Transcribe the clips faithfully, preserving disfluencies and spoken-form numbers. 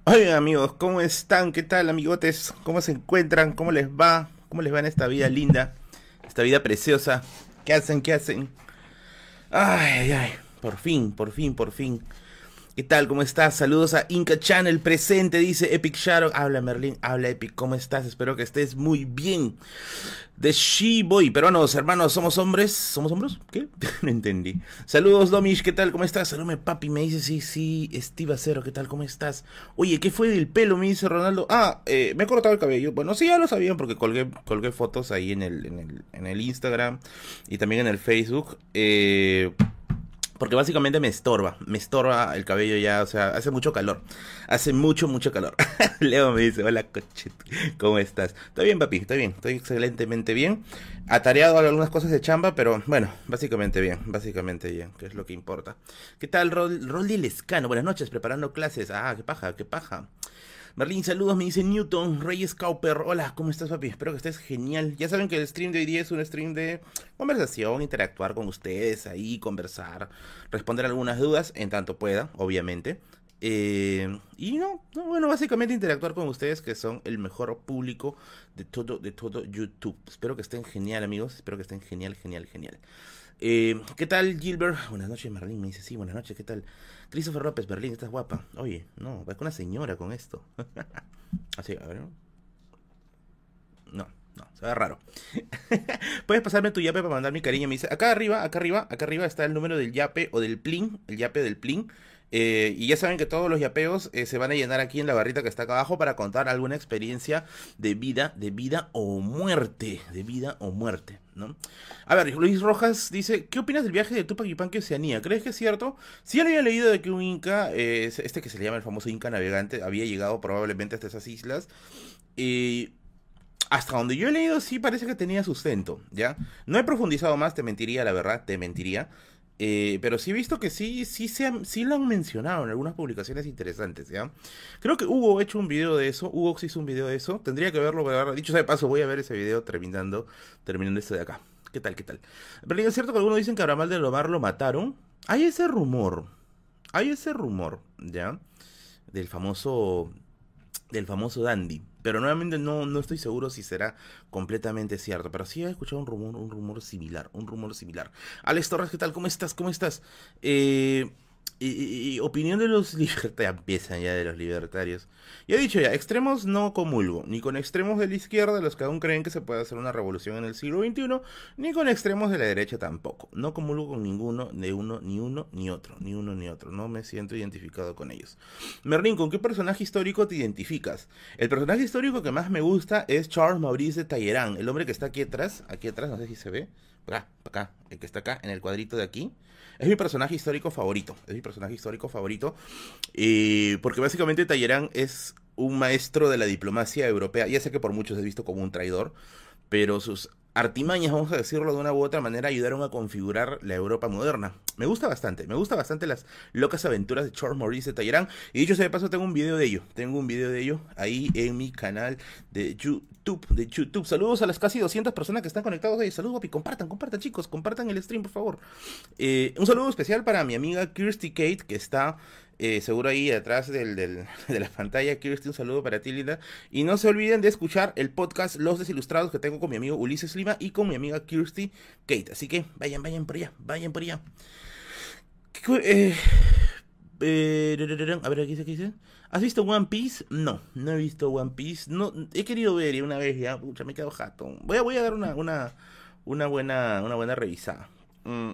Oigan amigos, ¿cómo están? ¿Qué tal amigotes? ¿Cómo se encuentran? ¿Cómo les va? ¿Cómo les va en esta vida linda? Esta vida preciosa. ¿Qué hacen? ¿Qué hacen? Ay, ay, ay. Por fin, por fin, por fin. ¿Qué tal? ¿Cómo estás? Saludos a Inca Channel presente, dice Epic Shadow. Habla Merlin, habla Epic, ¿cómo estás? Espero que estés muy bien. De She-Boy, peruanos, hermanos, somos hombres. ¿Somos hombres? ¿Qué? No entendí. Saludos, Domish, ¿qué tal? ¿Cómo estás? Saludame, papi, me dice, sí, sí, Steve Acero, ¿qué tal? ¿Cómo estás? Oye, ¿qué fue del pelo? Me dice Ronaldo. Ah, eh, me he cortado el cabello. Bueno, sí, ya lo sabían porque colgué, colgué fotos ahí en el, en el, en el Instagram y también en el Facebook. Eh... Porque básicamente me estorba, me estorba el cabello ya, o sea, hace mucho calor, hace mucho, mucho calor. Leo me dice, hola coche, ¿cómo estás? Estoy bien, papi, estoy bien, estoy excelentemente bien. Atareado a algunas cosas de chamba, pero bueno, básicamente bien, básicamente bien, que es lo que importa. ¿Qué tal, Rol, Rolly Lescano? Buenas noches, preparando clases. Ah, qué paja, qué paja. Merlin, saludos, me dice Newton, Reyes Cowper, hola, ¿cómo estás, papi? Espero que estés genial. Ya saben que el stream de hoy día es un stream de conversación, interactuar con ustedes ahí, conversar, responder algunas dudas en tanto pueda, obviamente. Eh, y no, no, bueno, básicamente interactuar con ustedes que son el mejor público de todo, de todo YouTube. Espero que estén genial, amigos, espero que estén genial, genial, genial. Eh, ¿Qué tal, Gilbert? Buenas noches, Merlin. Me dice, sí, buenas noches, ¿qué tal? Christopher López, Berlín, estás guapa. Oye, no, va con una señora con esto. Así, a ver. No, no, se ve raro. Puedes pasarme tu yape para mandar mi cariño. Me dice, acá arriba, acá arriba, acá arriba está el número del yape o del plin, el yape del plin. Eh, y ya saben que todos los yapeos eh, se van a llenar aquí en la barrita que está acá abajo para contar alguna experiencia de vida, de vida o muerte, de vida o muerte, ¿no? A ver, Luis Rojas dice, ¿qué opinas del viaje de Tupac Yupanqui a Oceanía? ¿Crees que es cierto? Sí, ya lo había leído de que un inca, eh, este que se le llama el famoso inca navegante, había llegado probablemente hasta esas islas. Y hasta donde yo he leído, sí parece que tenía sustento, ¿ya? No he profundizado más, te mentiría, la verdad, te mentiría. Eh, pero sí he visto que sí, sí, se han- sí lo han mencionado en algunas publicaciones interesantes, ¿ya? Creo que Hugo ha hecho un video de eso, Hugo sí hizo un video de eso, tendría que verlo, pero dicho sea de paso, voy a ver ese video terminando, terminando este de acá. ¿Qué tal, qué tal? Pero es cierto que algunos dicen que a Abramal de Lomar lo mataron. Hay ese rumor, hay ese rumor, ¿ya? Del famoso del famoso Dandy. Pero nuevamente no, no estoy seguro si será completamente cierto. Pero sí he escuchado un rumor, un rumor similar. Un rumor similar. Alex Torres, ¿qué tal? ¿Cómo estás? ¿Cómo estás? Eh, y, y- y opinión de los libertarios. Empiezan ya de los libertarios. Ya he dicho ya, extremos no comulgo. Ni con extremos de la izquierda, los que aún creen que se puede hacer una revolución en el siglo veintiuno. Ni con extremos de la derecha tampoco. No comulgo con ninguno, de uno, ni uno, ni otro. Ni uno, ni otro. No me siento identificado con ellos. Merlin, ¿con qué personaje histórico te identificas? El personaje histórico que más me gusta es Charles Maurice de Talleyrand, el hombre que está aquí atrás, aquí atrás, no sé si se ve, acá, acá, el que está acá, en el cuadrito de aquí. Es mi personaje histórico favorito, es mi personaje histórico favorito, eh, porque básicamente Talleyrand es un maestro de la diplomacia europea, ya sé que por muchos es visto como un traidor, pero sus artimañas, vamos a decirlo de una u otra manera, ayudaron a configurar la Europa moderna. Me gusta bastante, me gusta bastante las locas aventuras de Charles Maurice de Talleyrand. Y dicho sea de paso, tengo un video de ello, tengo un video de ello ahí en mi canal de YouTube, de YouTube. Saludos a las casi doscientas personas que están conectados ahí. Saludos, papi, compartan, compartan chicos, compartan el stream, por favor. Eh, un saludo especial para mi amiga Kirsty Kate, que está eh, seguro ahí detrás del, del- de la pantalla. Kirsty, un saludo para ti, linda. Y no se olviden de escuchar el podcast Los Desilustrados que tengo con mi amigo Ulises Lima y con mi amiga Kirsty Kate. Así que vayan, vayan por allá, vayan por allá. Eh, eh, a ver, aquí dice, aquí dice. ¿Has visto One Piece? No, no he visto One Piece. No, he querido ver y una vez ya, pucha, me he quedado jato. Voy a, voy a dar una, una, una buena, una buena revisada. Mm,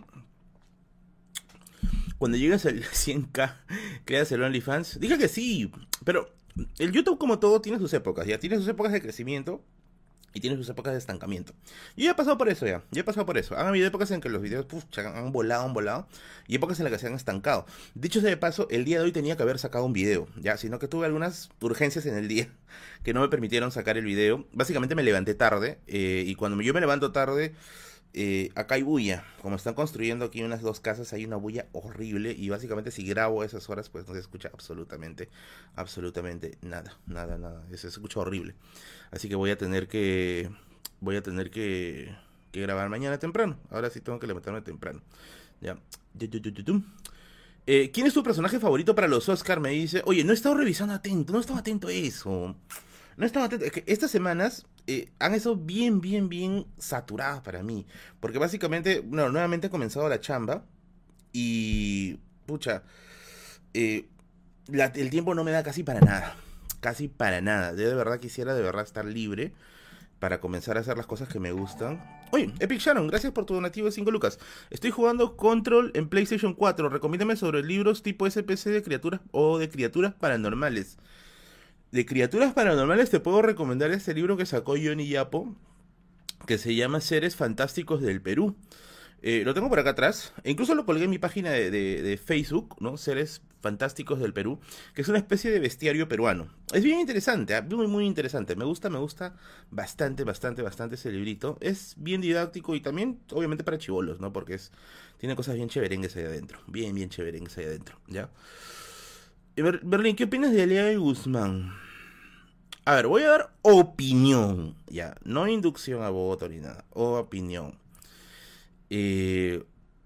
Cuando llegas al cien k, creas el OnlyFans. Dije que sí, pero el YouTube, como todo, tiene sus épocas. Ya tiene sus épocas de crecimiento y tiene sus épocas de estancamiento. Yo ya he pasado por eso, ya. Ya he pasado por eso. Han habido épocas en que los videos puf, han volado, han volado. Y épocas en las que se han estancado. Dicho sea de paso, el día de hoy tenía que haber sacado un video, ya. Sino que tuve algunas urgencias en el día que no me permitieron sacar el video. Básicamente me levanté tarde. Eh, y cuando yo me levanto tarde, eh, acá hay bulla. Como están construyendo aquí unas dos casas, hay una bulla horrible. Y básicamente si grabo a esas horas, pues no se escucha absolutamente, absolutamente nada, nada, nada. Se escucha horrible. Así que voy a tener que, voy a tener que, que grabar mañana temprano. Ahora sí tengo que levantarme temprano. Ya. Yu, yu, yu, yu, yu. Eh, ¿quién es tu personaje favorito para los Oscar? Me dice, oye, no he estado revisando atento, no estaba atento a eso. No estaba atento. Es que estas semanas eh, han estado bien, bien, bien saturadas para mí. Porque básicamente, bueno, nuevamente he comenzado la chamba y, pucha, eh, la- el tiempo no me da casi para nada. Casi para nada. Yo de verdad quisiera de verdad estar libre para comenzar a hacer las cosas que me gustan. Oye, Epic Sharon, gracias por tu donativo de cinco lucas. Estoy jugando Control en PlayStation cuatro. Recomiéndame sobre libros tipo S P C de criaturas o de criaturas paranormales. De criaturas paranormales te puedo recomendar este libro que sacó Johnny Yapo, que se llama Seres Fantásticos del Perú. Eh, lo tengo por acá atrás, e incluso lo colgué en mi página de, de- de Facebook, ¿no? Seres Fantásticos del Perú, que es una especie de bestiario peruano. Es bien interesante, ¿ah? Muy, muy interesante. Me gusta, me gusta bastante, bastante, bastante ese librito. Es bien didáctico y también, obviamente, para chibolos, ¿no? Porque es, tiene cosas bien chéverengues ahí adentro. Bien, bien chéverengues ahí adentro, ¿ya? Y Ber- Berlín, ¿qué opinas de Aliaga y Guzmán? A ver, voy a dar opinión, ya. No inducción a voto ni nada. Opinión. Eh,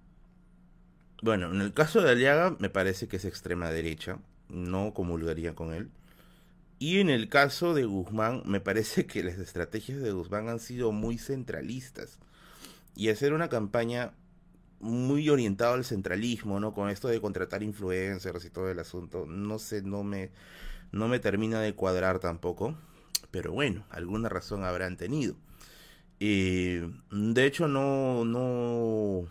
Bueno, en el caso de Aliaga me parece que es extrema derecha, no comulgaría con él. Y en el caso de Guzmán, me parece que las estrategias de Guzmán han sido muy centralistas. Y hacer una campaña muy orientada al centralismo, ¿no? Con esto de contratar influencers y todo el asunto, no sé, no me, no me termina de cuadrar tampoco. Pero bueno, alguna razón habrán tenido. Eh, de hecho, no, no,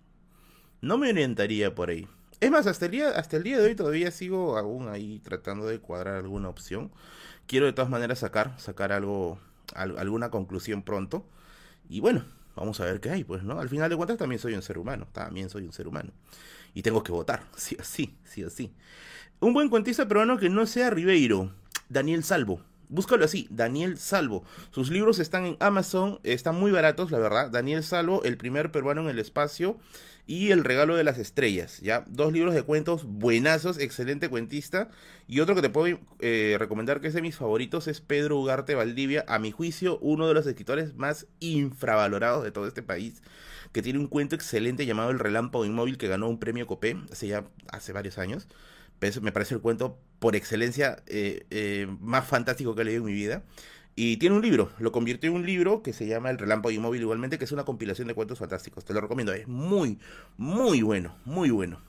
no me orientaría por ahí. Es más, hasta el día, hasta el día de hoy todavía sigo aún ahí tratando de cuadrar alguna opción. Quiero de todas maneras sacar, sacar algo, al- alguna conclusión pronto. Y bueno, vamos a ver qué hay, pues, ¿no? Al final de cuentas también soy un ser humano, también soy un ser humano. Y tengo que votar, sí o sí, sí o sí. Un buen cuentista peruano que no sea Ribeiro, Daniel Salvo. Búscalo así, Daniel Salvo. Sus libros están en Amazon, están muy baratos, la verdad. Daniel Salvo, el primer peruano en el espacio y El regalo de las estrellas, ¿ya? Dos libros de cuentos buenazos, excelente cuentista. Y otro que te puedo eh, recomendar que es de mis favoritos es Pedro Ugarte Valdivia, a mi juicio, uno de los escritores más infravalorados de todo este país, que tiene un cuento excelente llamado El relámpago inmóvil que ganó un premio Copé hace ya hace varios años. Pues, me parece el cuento por excelencia eh, eh, más fantástico que he leído en mi vida. Y tiene un libro, lo convirtió en un libro que se llama El Relámpago Inmóvil igualmente, que es una compilación de cuentos fantásticos. Te lo recomiendo, es muy, muy bueno, muy bueno.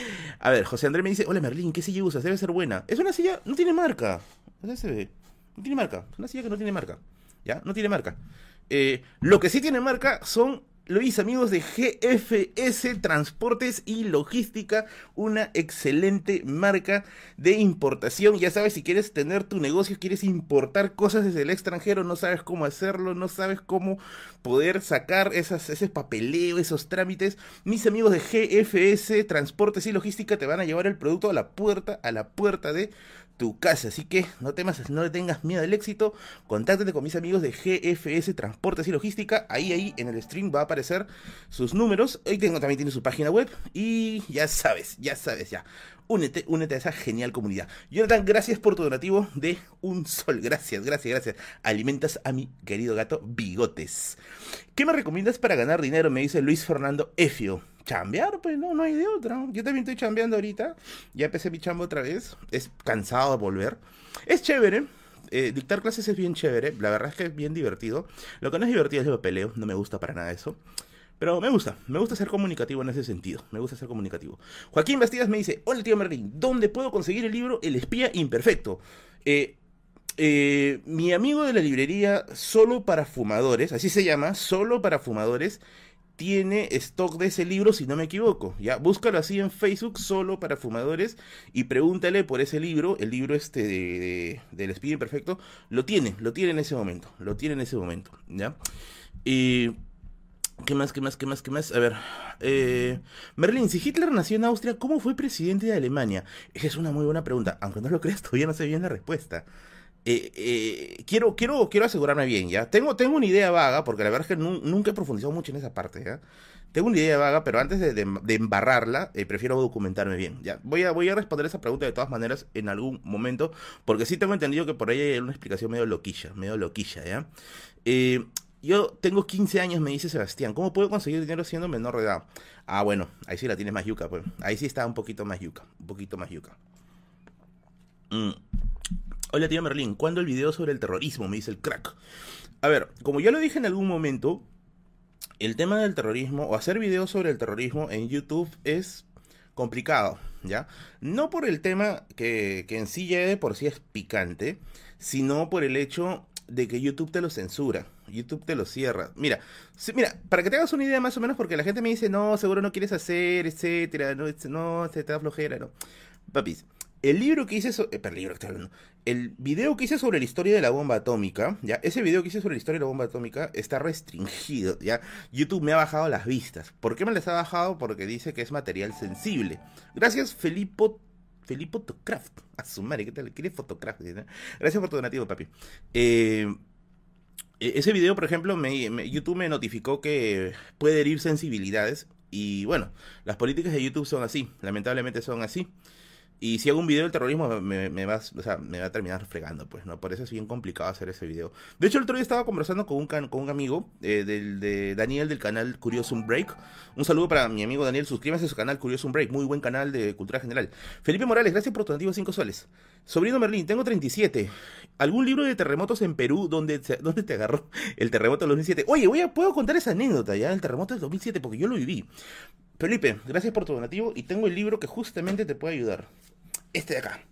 A ver, José Andrés me dice, hola Merlín, ¿qué silla usas? Debe ser buena. Es una silla, no tiene marca. No se ve. No tiene marca, es una silla que no tiene marca. ¿Ya? No tiene marca. Eh, lo que sí tiene marca son Luis, amigos de G F S Transportes y Logística, una excelente marca de importación. Ya sabes, si quieres tener tu negocio, quieres importar cosas desde el extranjero, no sabes cómo hacerlo, no sabes cómo poder sacar esas, ese papeleo, esos trámites, mis amigos de G F S Transportes y Logística te van a llevar el producto a la puerta, a la puerta de tu casa. Así que no temas, no le tengas miedo al éxito. Contáctate con mis amigos de G F S Transportes y Logística. Ahí, ahí en el stream va a aparecer sus números. Ahí tengo, también tiene su página web. Y ya sabes, ya sabes, ya. Únete, únete a esa genial comunidad. Jonathan, gracias por tu donativo de un sol. Gracias, gracias, gracias. Alimentas a mi querido gato Bigotes. ¿Qué me recomiendas para ganar dinero? Me dice Luis Fernando Efio. Chambear, pues no, no hay de otra. Yo también estoy chambeando ahorita. Ya empecé mi chamba otra vez. Es cansado de volver. Es chévere. Eh, dictar clases es bien chévere. La verdad es que es bien divertido. Lo que no es divertido es el papeleo. No me gusta para nada eso. Pero me gusta. Me gusta ser comunicativo en ese sentido. Me gusta ser comunicativo. Joaquín Bastidas me dice, hola tío Merlin, ¿dónde puedo conseguir el libro El espía imperfecto? Eh, eh, mi amigo de la librería Solo para Fumadores, así se llama, Solo para Fumadores, tiene stock de ese libro, si no me equivoco. Ya, búscalo así en Facebook, Solo para Fumadores, y pregúntale por ese libro, el libro este de, de- del espía imperfecto. Lo tiene, lo tiene en ese momento, lo tiene en ese momento, ¿ya? Y ¿qué más, qué más, qué más, qué más? A ver, eh, Merlin, si Hitler nació en Austria, ¿cómo fue presidente de Alemania? Esa es una muy buena pregunta, aunque no lo creas, todavía no sé bien la respuesta. Eh, eh, quiero, quiero, quiero asegurarme bien, ¿ya? Tengo, tengo una idea vaga, porque la verdad es que nu- nunca he profundizado mucho en esa parte, ¿ya? Tengo una idea vaga, pero antes de, de- de embarrarla, eh, prefiero documentarme bien, ¿ya? Voy a, voy a responder esa pregunta de todas maneras en algún momento, porque sí tengo entendido que por ahí hay una explicación medio loquilla, medio loquilla, ¿ya? Eh, yo tengo quince años, me dice Sebastián. ¿Cómo puedo conseguir dinero siendo menor de edad? Ah, bueno, ahí sí la tienes más yuca, pues. Ahí sí está un poquito más yuca. Un poquito más yuca. Mm. Hola, tío Merlín. ¿Cuándo el video sobre el terrorismo? Me dice el crack. A ver, como ya lo dije en algún momento, el tema del terrorismo o hacer videos sobre el terrorismo en YouTube es complicado, ¿ya? No por el tema que, que en sí ya de por sí es picante, sino por el hecho de que YouTube te lo censura, YouTube te lo cierra. Mira, si- mira, para que te hagas una idea más o menos, porque la gente me dice, no, seguro no quieres hacer, etcétera, no, es- no, se te da flojera, no. Papis, el libro que hice, so- eh, pero el libro que estoy hablando, el video que hice sobre la historia de la bomba atómica, ya, ese video que hice sobre la historia de la bomba atómica está restringido, ya. YouTube me ha bajado las vistas. ¿Por qué me las ha bajado? Porque dice que es material sensible. Gracias, Felipo. Felipo Tocraft. A su madre, ¿qué tal? ¿Quieres Photocraft? ¿No? Gracias por tu donativo, papi. Eh, e- ese video, por ejemplo, me, me- YouTube me notificó que puede herir sensibilidades. Y bueno, las políticas de YouTube son así. Lamentablemente son así. Y si hago un video del terrorismo, me, me va, o sea, me va a terminar fregando, pues, ¿no? Por eso es bien complicado hacer ese video. De hecho, el otro día estaba conversando con un, can- con un amigo, eh, del, de Daniel, del canal Curiosum Break. Un saludo para mi amigo Daniel, suscríbase a su canal Curiosum Break, muy buen canal de cultura general. Felipe Morales, gracias por tu donativo cinco soles. Sobrino Merlín, tengo treinta y siete. ¿Algún libro de terremotos en Perú donde, se- donde te agarró el terremoto del dos mil siete? Oye, voy a, puedo contar esa anécdota ya del terremoto del dos mil siete porque yo lo viví. Felipe, gracias por tu donativo y tengo el libro que justamente te puede ayudar. Este de acá.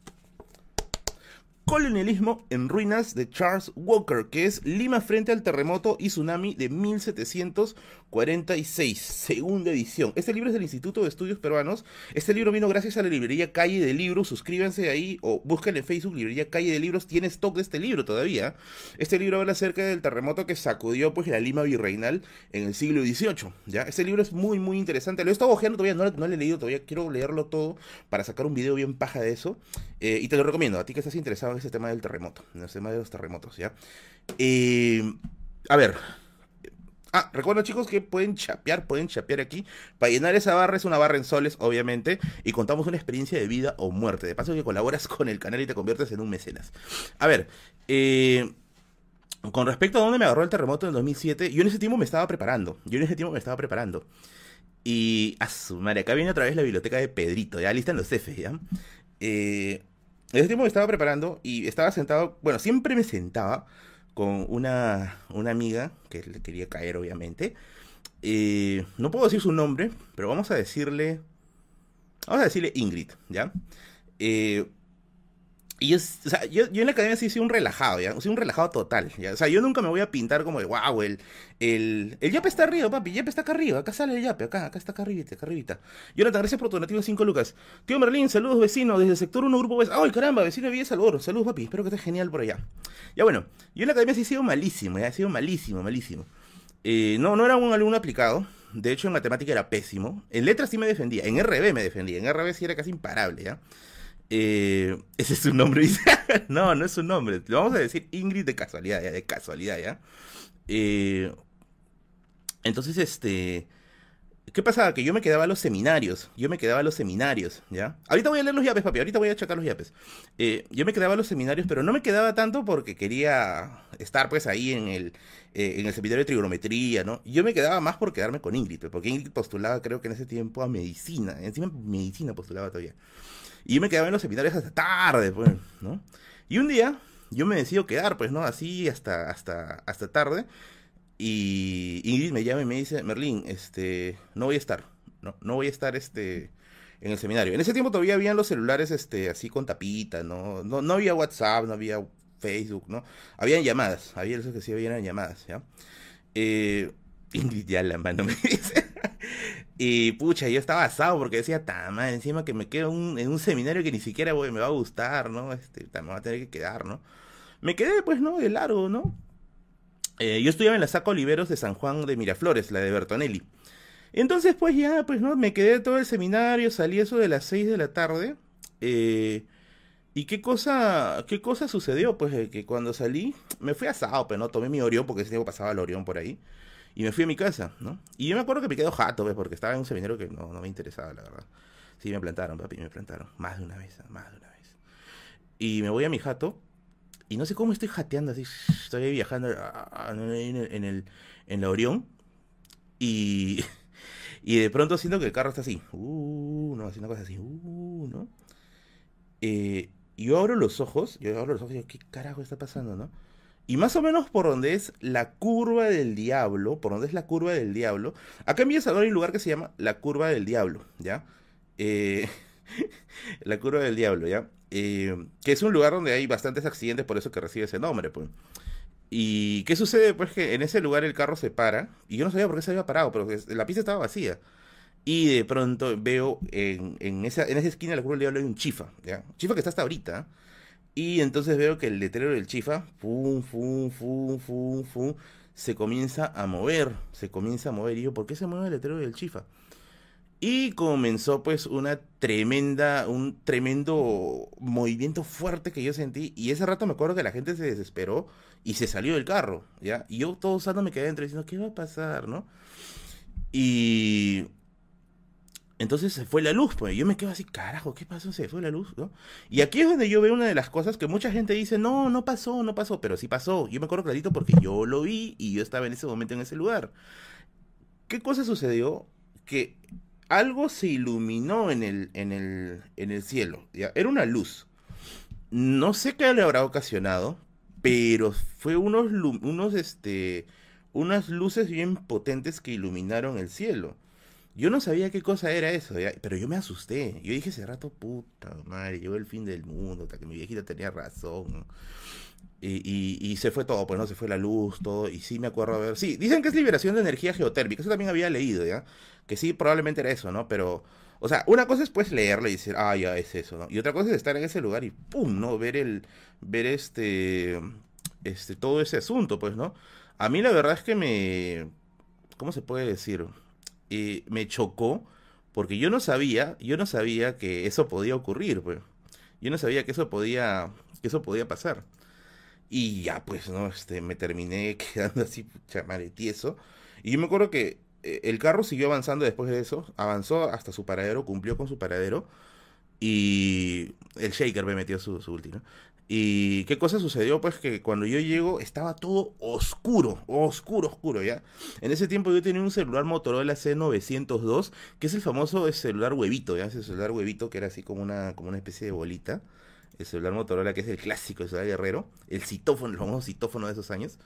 Colonialismo en ruinas de Charles Walker, que es Lima frente al terremoto y tsunami de mil setecientos cuarenta y seis, segunda edición. Este libro es del Instituto de Estudios Peruanos. Este libro vino gracias a la librería Calle de Libros. Suscríbanse ahí o búsquenle en Facebook, librería Calle de Libros. Tiene stock de este libro todavía. Este libro habla acerca del terremoto que sacudió pues la Lima virreinal en el siglo dieciocho. ¿Ya? Este libro es muy muy interesante. Lo he estado hojeando todavía, no, lo- no lo he leído todavía. Quiero leerlo todo para sacar un video bien paja de eso. Eh, y te lo recomiendo, a ti que estás interesado en ese tema del terremoto, en el tema de los terremotos, ¿ya? Eh, a ver. Ah, recuerden chicos que pueden chapear, pueden chapear aquí. Para llenar esa barra es una barra en soles, obviamente. Y contamos una experiencia de vida o muerte. De paso que colaboras con el canal y te conviertes en un mecenas. A ver, eh, con respecto a dónde me agarró el terremoto en el dos mil siete, yo en ese tiempo me estaba preparando. Yo en ese tiempo me estaba preparando. Y a su madre, acá viene otra vez la biblioteca de Pedrito, ya listan los Fs, ¿ya? Eh, en ese tiempo me estaba preparando y estaba sentado, bueno, siempre me sentaba con una, una amiga que le quería caer, obviamente. Eh, no puedo decir su nombre, pero vamos a decirle, vamos a decirle Ingrid, ¿ya? Eh, y yo, o sea, yo, yo en la academia sí soy un relajado, ¿ya? Soy un relajado total, ¿ya? O sea, yo nunca me voy a pintar como de, wow, el, el, el yape está arriba, papi, el yape está acá arriba, acá sale el yape, acá, acá está acá arribita, acá arribita. Jonathan, gracias por tu donativo de cinco lucas. Tío Merlín, saludos vecino, desde el sector uno grupo B. ¡Ay, caramba, vecino de Villa Salvador! Saludos, papi, espero que estés genial por allá. Ya bueno, yo en la academia sí he sido malísimo, ya he sido malísimo, malísimo. Eh, no, no era un alumno aplicado, de hecho en matemática era pésimo. En letras sí me defendía, en R B me defendía, en R B sí era casi imparable, ¿ya? Eh, ese es su nombre, dice. No, no es su nombre. Le vamos a decir Ingrid de casualidad, ya, de casualidad, ya. Eh, entonces, este. ¿Qué pasaba? Que yo me quedaba a los seminarios. Yo me quedaba a los seminarios, ¿ya? Ahorita voy a leer los yapes, papi. Ahorita voy a checar los yapes. Eh, yo me quedaba a los seminarios, pero no me quedaba tanto porque quería estar, pues, ahí en el, eh, en el seminario de trigonometría, ¿no? Yo me quedaba más por quedarme con Ingrid, pues, porque Ingrid postulaba, creo que en ese tiempo, a medicina. Encima, medicina postulaba todavía. Y yo me quedaba en los seminarios hasta tarde, pues, ¿no? Y un día yo me decido quedar, pues, ¿no? Así hasta, hasta, hasta tarde. Y Ingrid me llama y me dice, Merlín, este, no voy a estar, no, no voy a estar, este, en el seminario. En ese tiempo todavía habían los celulares, este, así con tapita, ¿no? No, no había WhatsApp, no había Facebook, ¿no? Habían llamadas, había esos que sí habían llamadas, ¿ya? Eh, Ingrid ya la mano me dice. Y pucha, yo estaba asado porque decía, tama, encima que me quedo un- en un seminario que ni siquiera güey, me va a gustar, ¿no? Este, ta, me va a tener que quedar, ¿no? Me quedé, pues, ¿no? De largo, ¿no? Eh, yo estudiaba en la Saca Oliveros de San Juan de Miraflores, la de Bertonelli. Entonces, pues ya, pues, ¿no? Me quedé todo el seminario, salí eso de las seis de la tarde. eh, ¿Y qué cosa, qué cosa sucedió? Pues eh, que cuando salí, me fui asado, pues, ¿no? Tomé mi Orión, porque ese tiempo pasaba el Orión por ahí. Y me fui a mi casa, ¿no? Y yo me acuerdo que me quedé jato, pues, porque estaba en un seminario que no, no me interesaba, la verdad. Sí, me plantaron, papi, me plantaron. Más de una vez, más de una vez. Y me voy a mi jato. Y no sé cómo estoy jateando así. Estoy viajando ah, en el, en el, en la Orión. Y, y de pronto siento que el carro está así. Uh, no, haciendo cosas así. Uh, ¿no? Eh, yo abro los ojos. Yo abro los ojos y digo, ¿qué carajo está pasando, no? Y más o menos por donde es la curva del diablo, por donde es la curva del diablo, acá en Villa Salvador hay un lugar que se llama la curva del diablo, ¿ya? Eh, la curva del diablo, ¿ya? Eh, que es un lugar donde hay bastantes accidentes, por eso que recibe ese nombre, pues. ¿Y qué sucede? Pues que en ese lugar el carro se para, y yo no sabía por qué se había parado, pero es- la pista estaba vacía. Y de pronto veo en, en esa, en esa esquina de la curva del diablo hay un chifa, ¿ya? Chifa que está hasta ahorita, ¿eh? Y entonces veo que el letrero del chifa, fum, fum, fum, fum, fum, se comienza a mover, se comienza a mover. Y yo, ¿por qué se mueve el letrero del chifa? Y comenzó pues una tremenda, un tremendo movimiento fuerte que yo sentí. Y ese rato me acuerdo que la gente se desesperó y se salió del carro, ¿ya? Y yo todo usando me quedé dentro diciendo, ¿qué va a pasar, no? Y entonces se fue la luz, pues. Yo me quedo así, carajo, ¿qué pasó? Se fue la luz, ¿no? Y aquí es donde yo veo una de las cosas que mucha gente dice, no, no pasó, no pasó, pero sí pasó. Yo me acuerdo clarito porque yo lo vi y yo estaba en ese momento en ese lugar. ¿Qué cosa sucedió? Que algo se iluminó en el, en el, en el cielo, ¿ya? Era una luz. No sé qué le habrá ocasionado, pero fue unos, lu- unos, este, unas luces bien potentes que iluminaron el cielo. Yo no sabía qué cosa era eso, ya, pero yo me asusté. Yo dije ese rato, puta madre, llegó el fin del mundo, hasta que mi viejita tenía razón, ¿no? Y, y, y se fue todo, pues no, se fue la luz, todo, y sí me acuerdo, a ver, sí, dicen que es liberación de energía geotérmica, eso también había leído, ¿ya? Que sí, probablemente era eso, ¿no? Pero, o sea, una cosa es pues leerlo y decir, ah, ya es eso, ¿no? Y otra cosa es estar en ese lugar y pum, ¿no? Ver el, ver este, este, todo ese asunto, pues, ¿no? A mí la verdad es que me, ¿cómo se puede decir? Eh, me chocó porque yo no sabía, yo no sabía que eso podía ocurrir, pues. Yo no sabía que eso podía, que eso podía pasar. Y ya, pues, ¿no? Este, me terminé quedando así, pucha madre, tieso. Y yo me acuerdo que eh, el carro siguió avanzando después de eso, avanzó hasta su paradero, cumplió con su paradero, y el Shaker me metió su, su ulti, ¿no? Y qué cosa sucedió, pues que cuando yo llego estaba todo oscuro, oscuro, oscuro, ¿ya? En ese tiempo yo tenía un celular Motorola C novecientos dos, que es el famoso celular huevito, ¿ya? Ese celular huevito que era así como una, como una especie de bolita. El celular Motorola que es el clásico, el celular guerrero. El citófono, el famoso citófono de esos años.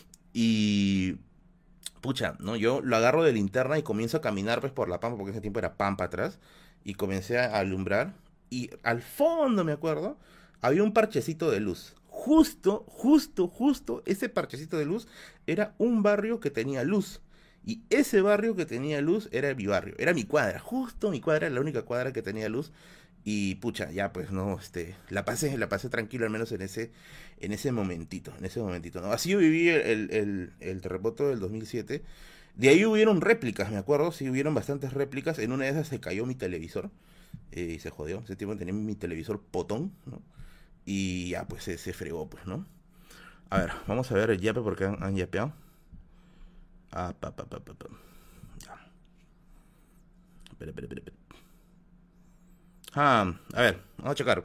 Y pucha, ¿no? Yo lo agarro de linterna y comienzo a caminar pues por la pampa, porque ese tiempo era pampa atrás, y comencé a alumbrar, y al fondo, me acuerdo, había un parchecito de luz. Justo, justo, justo, ese parchecito de luz era un barrio que tenía luz. Y ese barrio que tenía luz era mi barrio, era mi cuadra, justo mi cuadra, la única cuadra que tenía luz. Y pucha, ya pues no, este, la pasé, la pasé tranquilo al menos en ese, en ese momentito, en ese momentito, ¿no? Así yo viví el, el, el terremoto del dos mil siete. De ahí hubieron réplicas, me acuerdo, sí hubieron bastantes réplicas. En una de esas se cayó mi televisor eh, y se jodió. Ese tiempo tenía mi televisor potón, ¿no? Y ya pues se, se fregó, pues, ¿no? A ver, vamos a ver el yape porque han, han yapeado. Ah, pa, pa, pa, pa, pa. Ya. Espera, espera, espera, espera. Ah, a ver, vamos a checar.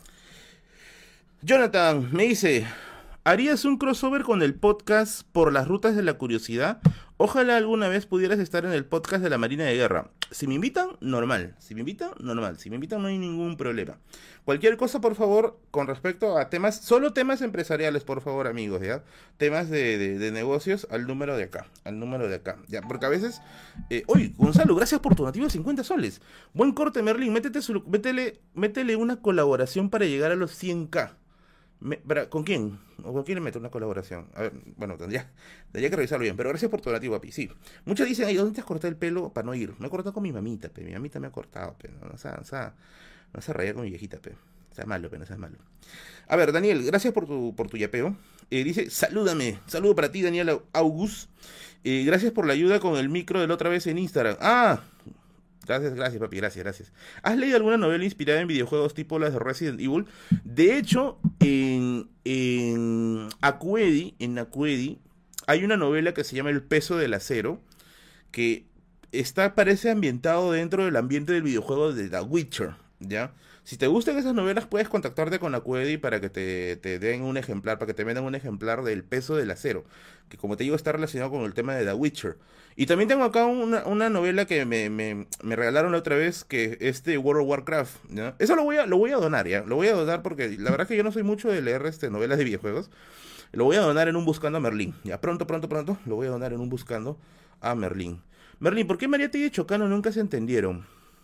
Jonathan me dice, ¿harías un crossover con el podcast por las rutas de la curiosidad? Ojalá alguna vez pudieras estar en el podcast de la Marina de Guerra. Si me invitan, normal. Si me invitan, normal. Si me invitan, no hay ningún problema. Cualquier cosa, por favor, con respecto a temas, solo temas empresariales, por favor, amigos, ¿ya? Temas de, de, de negocios al número de acá, al número de acá, ¿ya? Porque a veces... Eh, oye, Gonzalo, gracias por tu nativo de cincuenta soles. Buen corte, Merlin. Métete su- métele, métele una colaboración para llegar a los cien k. Me- para- ¿Con quién? ¿O con quién le meto una colaboración? A ver, bueno, tendría, tendría que revisarlo bien, pero gracias por tu donativo, papi. Sí. Muchos dicen, ay, ¿dónde te has cortado el pelo para no ir? Me he cortado con mi mamita, pe. Mi mamita me ha cortado, pe. No, no, sea, no, sea, no se rayar con mi viejita, pe. Sea malo, pe, no seas malo. A ver, Daniel, gracias por tu, por tu yapeo. Eh, dice, salúdame. Saludo para ti, Daniel Au- August. Eh, gracias por la ayuda con el micro de la otra vez en Instagram. Ah, gracias, gracias, papi, gracias, gracias. ¿Has leído alguna novela inspirada en videojuegos tipo las de Resident Evil? De hecho, en, en Acuedi, en Acuedi, hay una novela que se llama El peso del acero, que está, parece ambientado dentro del ambiente del videojuego de The Witcher, ¿ya? Si te gustan esas novelas, puedes contactarte con Acuedi para que te, te den un ejemplar, para que te vendan un ejemplar del Peso del Acero, que como te digo está relacionado con el tema de The Witcher. Y también tengo acá una, una novela que me, me, me regalaron la otra vez, que es de World of Warcraft, ¿ya? Eso lo voy a, lo voy a donar, ¿ya? Lo voy a donar porque la verdad es que yo no soy mucho de leer este, novelas de videojuegos. Lo voy a donar en un Buscando a Merlín. Ya, pronto, pronto, pronto, lo voy a donar en un Buscando a Merlín. Merlín, ¿por qué Mariette y Chocano nunca se entendieron?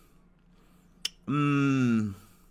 Mmm...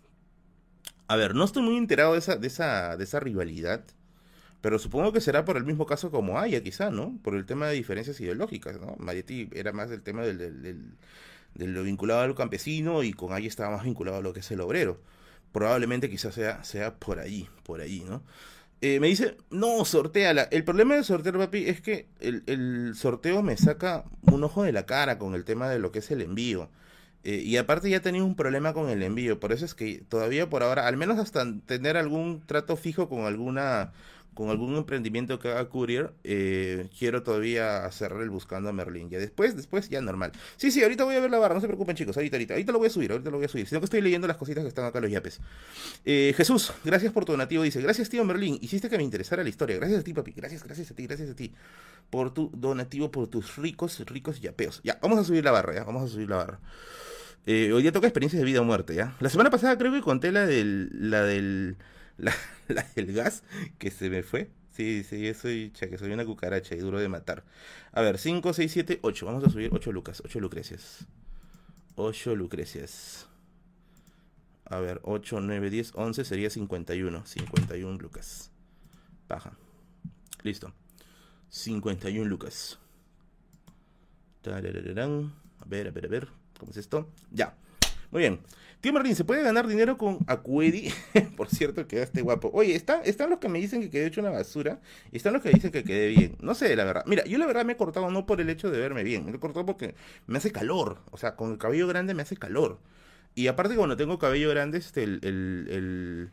A ver, no estoy muy enterado de esa, de esa, de esa rivalidad, pero supongo que será por el mismo caso como Aya, quizá, ¿no? Por el tema de diferencias ideológicas, ¿no? Marietti era más el tema del, del, del- de lo vinculado al campesino y con Aya estaba más vinculado a lo que es el obrero. Probablemente quizás sea, sea por ahí, por ahí, ¿no? Eh, me dice, no, sorteala. El problema de sortear, papi, es que el, el sorteo me saca un ojo de la cara con el tema de lo que es el envío. Eh, y aparte ya tenía un problema con el envío, por eso es que todavía por ahora, al menos hasta tener algún trato fijo con alguna, con algún emprendimiento que haga courier, eh, quiero todavía cerrar el Buscando a Merlín. Ya después, después ya normal. Sí, sí, ahorita voy a ver la barra, no se preocupen chicos, ahorita, ahorita, ahorita lo voy a subir, ahorita lo voy a subir. Sino que estoy leyendo las cositas que están acá los yapes. Eh, Jesús, gracias por tu donativo, dice, gracias tío Merlín, hiciste que me interesara la historia. Gracias a ti, papi, gracias, gracias a ti, gracias a ti. Por tu donativo, por tus ricos, ricos yapeos. Ya, vamos a subir la barra, ya, vamos a subir la barra. Eh, hoy día toca experiencias de vida o muerte, ¿ya? La semana pasada creo que conté la del, la del, la, la del gas que se me fue. Sí, sí, yo soy, cha, que soy una cucaracha y duro de matar. A ver, cinco, seis, siete, ocho. Vamos a subir ocho lucas, ocho lucrecias. ocho lucrecias. A ver, ocho, nueve, diez, once sería cincuenta y uno. cincuenta y uno lucas. Baja. Listo. cincuenta y uno lucas. Tarararán. A ver, a ver, a ver. ¿Cómo es esto? Ya. Muy bien. Tío Martín, ¿se puede ganar dinero con Acuedi? Por cierto, quedaste guapo. Oye, está, están los que me dicen que quedé hecho una basura y están los que dicen que quedé bien. No sé, la verdad. Mira, yo la verdad me he cortado no por el hecho de verme bien. Me he cortado porque me hace calor. O sea, con el cabello grande me hace calor. Y aparte, cuando tengo cabello grande, este, el... el, el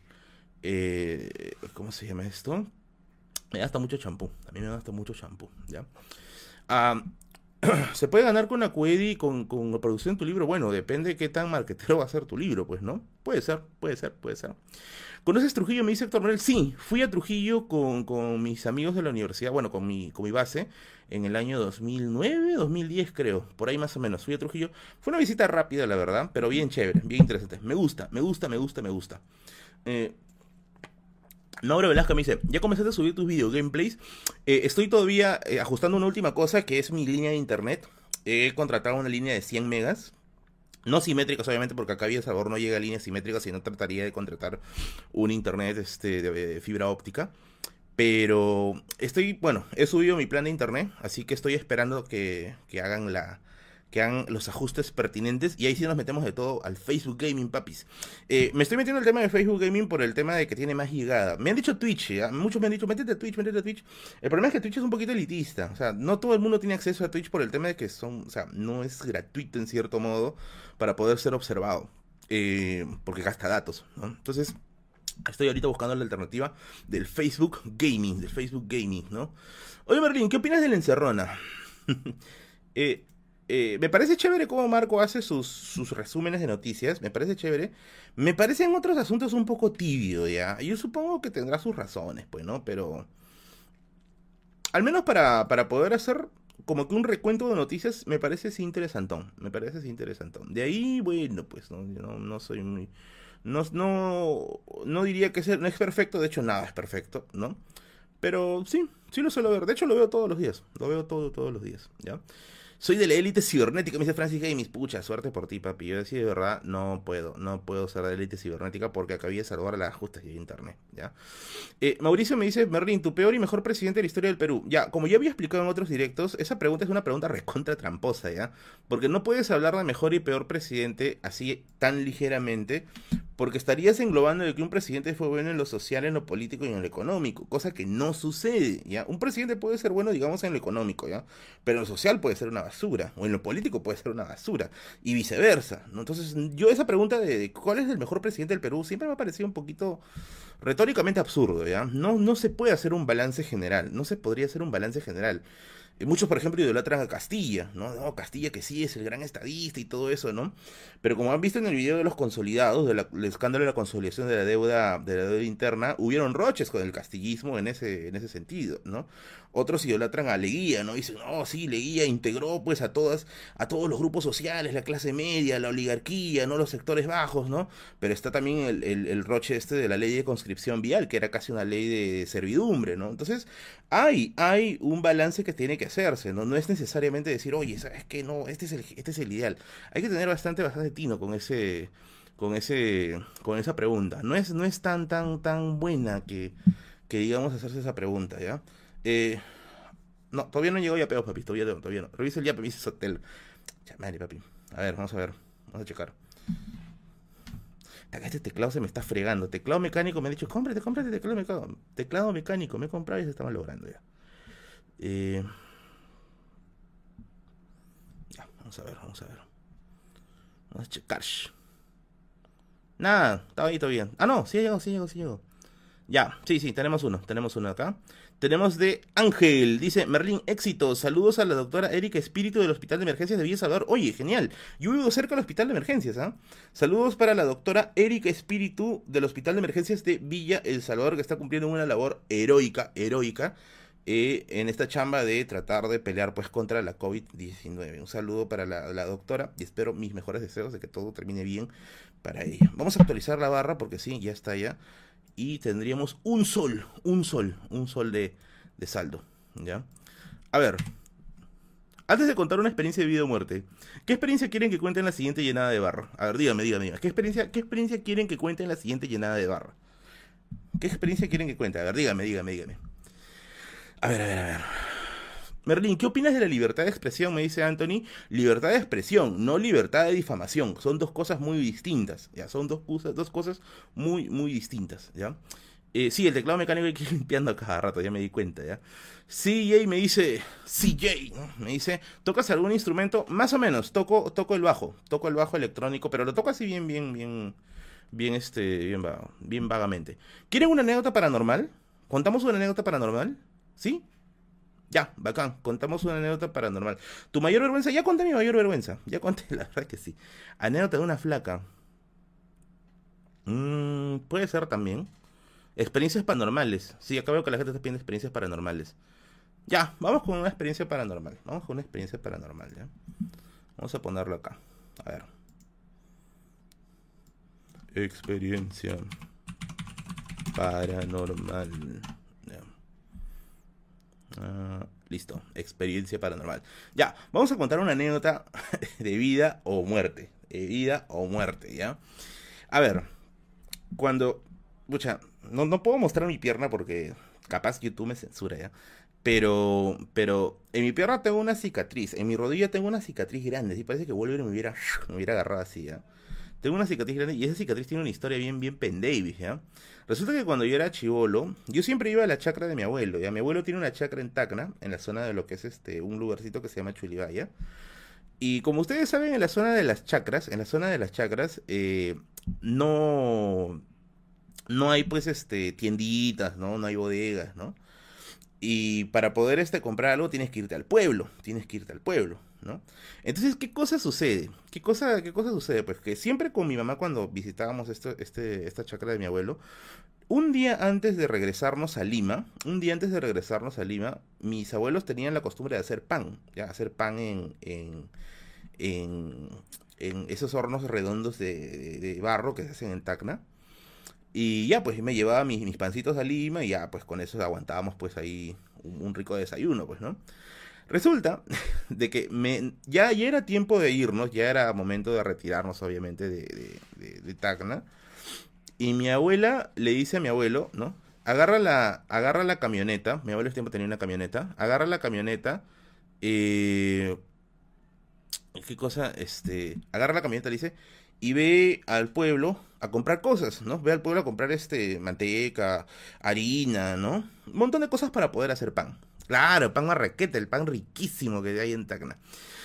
eh, ¿cómo se llama esto? Me gasta mucho champú. A mí me gasta mucho champú, ¿ya? Ah, ¿se puede ganar con Acuedi con, con la producción de tu libro? Bueno, depende de qué tan marquetero va a ser tu libro, pues, ¿no? Puede ser, puede ser, puede ser. ¿Conoces Trujillo? Me dice Héctor Manuel. Sí, fui a Trujillo con, con mis amigos de la universidad, bueno, con mi, con mi base, en el año dos mil nueve, dos mil diez creo, por ahí más o menos. Fui a Trujillo. Fue una visita rápida, la verdad, pero bien chévere, bien interesante. Me gusta, me gusta, me gusta, me gusta. Eh, Mauro Velasco me dice, ¿ya comenzaste a subir tus video gameplays? Eh, estoy todavía eh, ajustando una última cosa, que es mi línea de internet. He contratado una línea de cien megas. No simétricas, obviamente, porque acá Vía Salvador no llega a líneas simétricas, sino trataría de contratar un internet este, de, de fibra óptica. Pero estoy, bueno, he subido mi plan de internet, así que estoy esperando que, que hagan la, que hagan los ajustes pertinentes y ahí sí nos metemos de todo al Facebook Gaming, papis. Eh, me estoy metiendo el tema de Facebook Gaming por el tema de que tiene más llegada. Me han dicho Twitch, ¿ya? Muchos me han dicho, métete a Twitch, métete a Twitch. El problema es que Twitch es un poquito elitista, o sea, no todo el mundo tiene acceso a Twitch por el tema de que son, o sea, no es gratuito en cierto modo para poder ser observado, eh, porque gasta datos, ¿no? Entonces... estoy ahorita buscando la alternativa del Facebook Gaming, del Facebook Gaming, ¿no? Oye, Merlin, ¿qué opinas de la encerrona? eh, eh, me parece chévere cómo Marco hace sus, sus resúmenes de noticias, me parece chévere. Me parece en otros asuntos un poco tibio, ¿ya? Yo supongo que tendrá sus razones, pues, ¿no? Pero... al menos para, para poder hacer como que un recuento de noticias, me parece sí interesantón, me parece sí interesantón. De ahí, bueno, pues, no, yo no, no soy muy... No, no, no diría que es, no es perfecto, de hecho nada es perfecto, ¿no? Pero sí, sí lo suelo ver. De hecho lo veo todos los días. Lo veo todo, todos los días, ¿ya? Soy de la élite cibernética, me dice Francis Gamis. Pucha, suerte por ti, papi. Yo decía de verdad, no puedo, no puedo ser de la élite cibernética porque acabé de salvar a las justas de internet, ¿ya? Eh, Mauricio me dice, Merlin, tu peor y mejor presidente de la historia del Perú. Ya, como ya había explicado en otros directos, esa pregunta es una pregunta recontra tramposa, ¿ya? Porque no puedes hablar de mejor y peor presidente así tan ligeramente, porque estarías englobando de que un presidente fue bueno en lo social, en lo político y en lo económico, cosa que no sucede, ¿ya? Un presidente puede ser bueno, digamos, en lo económico, ¿ya? Pero en lo social puede ser una basura, o en lo político puede ser una basura, y viceversa, ¿no? Entonces, yo esa pregunta de, de cuál es el mejor presidente del Perú siempre me ha parecido un poquito retóricamente absurdo, ¿ya? No, no se puede hacer un balance general, no se podría hacer un balance general. Y muchos, por ejemplo, idolatran a Castilla, ¿no? No, Castilla que sí es el gran estadista y todo eso, ¿no? Pero como han visto en el video de los consolidados, del escándalo de la consolidación de la deuda, de la deuda interna, hubieron roches con el castillismo en ese, en ese sentido, ¿no? Otros idolatran a Leguía, ¿no? Dicen, no, sí, Leguía integró pues a todas, a todos los grupos sociales, la clase media, la oligarquía, ¿no? Los sectores bajos, ¿no? Pero está también el, el, el roche este de la ley de conscripción vial, que era casi una ley de servidumbre, ¿no? Entonces, hay, hay un balance que tiene que hacerse, ¿no? No es necesariamente decir, oye, ¿sabes qué? No, este es el, este es el ideal. Hay que tener bastante, bastante tino con ese, con ese, con esa pregunta. No es, no es tan, tan, tan buena que, que digamos hacerse esa pregunta, ¿ya? Eh, no, todavía no llegó ya peor, papi, todavía no, todavía no. Revisa el ya, papi, ese hotel. Ya, madre, papi. A ver, vamos a ver, vamos a checar. Acá este teclado se me está fregando. Teclado mecánico me ha dicho, cómprate, cómprate teclado mecánico. Teclado mecánico, me he comprado y se está malogrando ya. Eh, ya, vamos a ver, vamos a ver. Vamos a checar. Nada, estaba ahí todavía. Ah, no, sí llegó, sí llegó, sí llegó. Ya, sí, sí, tenemos uno, tenemos uno acá. Tenemos de Ángel, dice Merlín, éxito, saludos a la doctora Erika Espíritu del Hospital de Emergencias de Villa Salvador. Oye, genial, yo vivo cerca del Hospital de Emergencias, ¿ah? ¿eh? Saludos para la doctora Erika Espíritu del Hospital de Emergencias de Villa El Salvador, que está cumpliendo una labor heroica, heroica, eh, en esta chamba de tratar de pelear pues contra la COVID diecinueve. Un saludo para la, la doctora y espero mis mejores deseos de que todo termine bien para ella. Vamos a actualizar la barra porque sí, ya está ya. Y tendríamos un sol, un sol, un sol de, de saldo, ¿ya? A ver, antes de contar una experiencia de vida o muerte, ¿qué experiencia quieren que cuente en la siguiente llenada de barra? A ver, dígame, dígame, dígame. ¿Qué experiencia, qué experiencia quieren que cuente en la siguiente llenada de barra? ¿Qué experiencia quieren que cuente? A ver, dígame, dígame, dígame. A ver, a ver, a ver. Merlín, ¿qué opinas de la libertad de expresión? Me dice Anthony. Libertad de expresión, no libertad de difamación. Son dos cosas muy distintas, ¿ya? Son dos cosas, dos cosas muy, muy distintas, ¿ya? Eh, sí, el teclado mecánico hay que ir limpiando a cada rato, ya me di cuenta, ¿ya? C J me dice, C J, ¿no? Me dice, ¿tocas algún instrumento? Más o menos, toco, toco el bajo, toco el bajo electrónico, pero lo toco así bien, bien, bien, bien, este, bien, vago, bien vagamente. ¿Quieren una anécdota paranormal? ¿Contamos una anécdota paranormal? ¿Sí? Ya, bacán, contamos una anécdota paranormal. ¿Tu mayor vergüenza? Ya conté mi mayor vergüenza. Ya conté, la verdad que sí. Anécdota de una flaca. Mm, puede ser también. Experiencias paranormales. Sí, acá veo que la gente está pidiendo experiencias paranormales. Ya, vamos con una experiencia paranormal. Vamos con una experiencia paranormal, ¿ya? Vamos a ponerlo acá. A ver. Experiencia paranormal. Ya. Uh, listo, experiencia paranormal. Ya, vamos a contar una anécdota de vida o muerte. De vida o muerte, ¿ya? A ver, cuando... Pucha, no, no puedo mostrar mi pierna porque capaz YouTube me censura, ¿ya? Pero, pero en mi pierna tengo una cicatriz. En mi rodilla tengo una cicatriz grande. Así parece que Wolverine me hubiera, me hubiera agarrado así, ¿ya? Tengo una cicatriz grande y esa cicatriz tiene una historia bien, bien pendavis, ¿ya? Resulta que cuando yo era chivolo, yo siempre iba a la chacra de mi abuelo, ¿ya? Mi abuelo tiene una chacra en Tacna, en la zona de lo que es este un lugarcito que se llama Chulibaya. Y como ustedes saben, en la zona de las chacras, en la zona de las chacras, eh, no, no hay pues este tienditas, ¿no? No hay bodegas, ¿no? Y para poder este, comprar algo tienes que irte al pueblo, tienes que irte al pueblo, ¿no? Entonces, ¿qué cosa sucede? ¿Qué cosa, qué cosa sucede? Pues que siempre con mi mamá cuando visitábamos esto, este, esta chacra de mi abuelo, un día antes de regresarnos a Lima, un día antes de regresarnos a Lima, mis abuelos tenían la costumbre de hacer pan, ¿ya? Hacer pan en, en, en, en esos hornos redondos de, de, de barro que se hacen en Tacna. Y ya, pues me llevaba mis, mis pancitos a Lima y ya, pues con eso aguantábamos pues ahí un, un rico desayuno, pues, ¿no? Resulta de que me, ya, ya era tiempo de irnos, ya era momento de retirarnos, obviamente, de, de, de, de Tacna. Y mi abuela le dice a mi abuelo, ¿no? Agarra la, agarra la camioneta, mi abuelo ese tiempo tenía una camioneta, agarra la camioneta, eh, ¿qué cosa? Este, agarra la camioneta, le dice, y ve al pueblo a comprar cosas, ¿no? Ve al pueblo a comprar este manteca, harina, ¿no? Un montón de cosas para poder hacer pan. Claro, pan marraqueta, el pan riquísimo que hay en Tacna.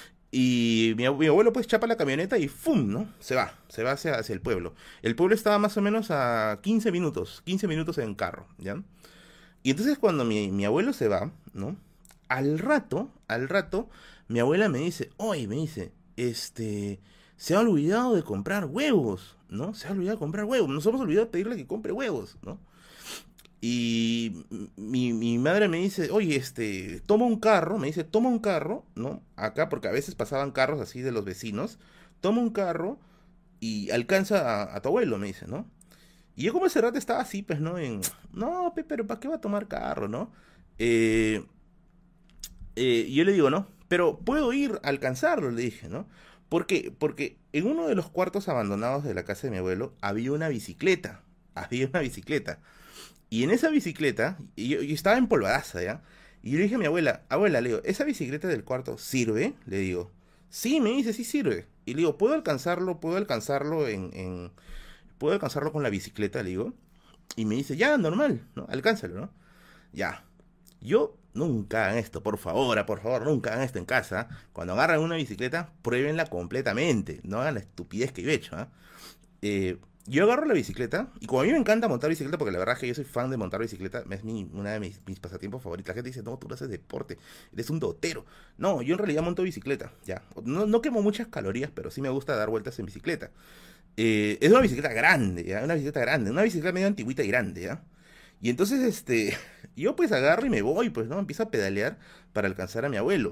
Y mi, mi abuelo pues chapa la camioneta y ¡fum! ¿No? Se va, se va hacia, hacia el pueblo. El pueblo estaba más o menos a quince minutos, quince minutos en carro, ¿ya? Y entonces cuando mi, mi abuelo se va, ¿no? Al rato, al rato, mi abuela me dice, oye, me dice, este, se ha olvidado de comprar huevos, ¿no? Se ha olvidado de comprar huevos, nos hemos olvidado de pedirle que compre huevos, ¿no? Y mi, mi madre me dice, oye, este, toma un carro, me dice, toma un carro, ¿no? Acá, porque a veces pasaban carros así de los vecinos, toma un carro y alcanza a, a tu abuelo, me dice, ¿no? Y yo como ese rato estaba así, pues, ¿no? En, no, pe, pero ¿para qué va a tomar carro, no? Eh, eh, y yo le digo, no, pero puedo ir a alcanzarlo, le dije, ¿no? ¿Por qué? Porque en uno de los cuartos abandonados de la casa de mi abuelo había una bicicleta, había una bicicleta. Y en esa bicicleta, y yo, yo estaba empolvadaza, ¿ya? Y yo le dije a mi abuela, abuela, le digo, ¿esa bicicleta del cuarto sirve? Le digo, sí, me dice, sí sirve. Y le digo, ¿puedo alcanzarlo? ¿Puedo alcanzarlo en, en... ¿Puedo alcanzarlo con la bicicleta? Le digo. Y me dice, ya, normal, ¿no? Alcánzalo, ¿no? Ya. Yo, nunca hagan esto, por favor, ah, por favor, nunca hagan esto en casa. Cuando agarran una bicicleta, pruébenla completamente. No hagan la estupidez que yo he hecho, ¿ah? eh, yo agarro la bicicleta, y como a mí me encanta montar bicicleta, porque la verdad es que yo soy fan de montar bicicleta, es mi, una de mis, mis pasatiempos favoritos. La gente dice, no, tú no haces deporte, eres un dotero. No, yo en realidad monto bicicleta, ya. No, no quemo muchas calorías, pero sí me gusta dar vueltas en bicicleta. Eh, es una bicicleta grande, ya, una bicicleta grande, una bicicleta medio antigüita y grande, ya. Y entonces, este, yo pues agarro y me voy, pues, ¿no? Empiezo a pedalear para alcanzar a mi abuelo.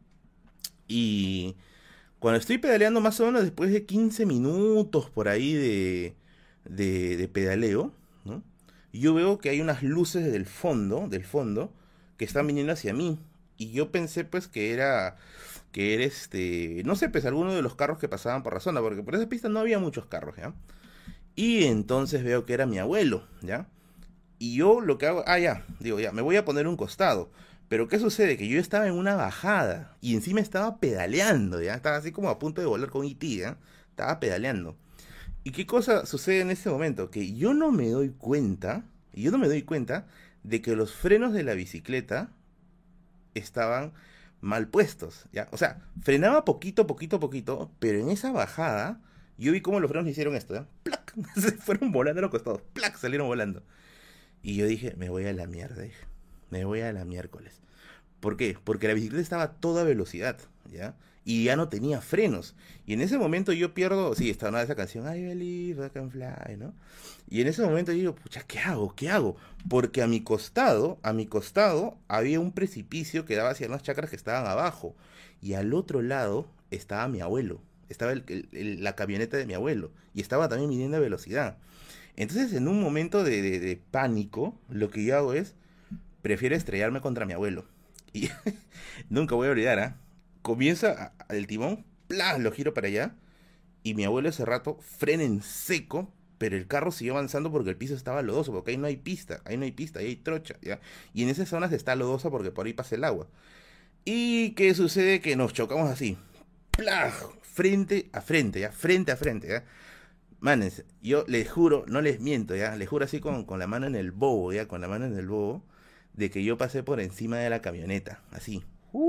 Y cuando estoy pedaleando más o menos después de quince minutos por ahí de, de, de pedaleo, ¿no? Yo veo que hay unas luces del fondo, del fondo, que están viniendo hacia mí. Y yo pensé pues que era, que era este, no sé, pues alguno de los carros que pasaban por la zona, porque por esa pista no había muchos carros, ¿ya? Y entonces veo que era mi abuelo, ¿ya? Y yo lo que hago, ah, ya, digo, ya, me voy a poner un costado. Pero ¿qué sucede? Que yo estaba en una bajada y encima estaba pedaleando, ¿ya? Estaba así como a punto de volar con E T, ¿ya? Estaba pedaleando. ¿Y qué cosa sucede en ese momento? Que yo no me doy cuenta, y yo no me doy cuenta de que los frenos de la bicicleta estaban mal puestos, ¿ya? O sea, frenaba poquito, poquito, poquito, pero en esa bajada yo vi cómo los frenos le hicieron esto, ¿ya? ¡Plac! Se fueron volando a los costados, ¡plac! Salieron volando. Y yo dije, me voy a la mierda, dije. Me voy a la miércoles. ¿Por qué? Porque la bicicleta estaba a toda velocidad, ¿ya? Y ya no tenía frenos. Y en ese momento yo pierdo, sí, estaba una de esa canción, I believe I can fly, ¿no? Y en ese momento yo digo, pucha, ¿qué hago? ¿Qué hago? Porque a mi costado, a mi costado, había un precipicio que daba hacia unas chacras que estaban abajo. Y al otro lado estaba mi abuelo. Estaba el- el- el- la camioneta de mi abuelo. Y estaba también midiendo velocidad. Entonces, en un momento de, de- de pánico, lo que yo hago es, prefiero estrellarme contra mi abuelo. Y nunca voy a olvidar, ¿ah? Comienza a- el timón, ¡plá! Lo giro para allá. Y mi abuelo ese rato frena en seco, pero el carro siguió avanzando porque el piso estaba lodoso, porque ahí no hay pista, ahí no hay pista, ahí hay trocha, ¿ya? Y en esas zonas está lodosa porque por ahí pasa el agua. ¿Y qué sucede? Que nos chocamos así, ¡plá! Frente a frente, ¿ya? Frente a frente, ¿ya? Manes, yo les juro, no les miento, ¿ya? Les juro así con, con la mano en el bobo, ¿ya? Con la mano en el bobo, de que yo pasé por encima de la camioneta, así.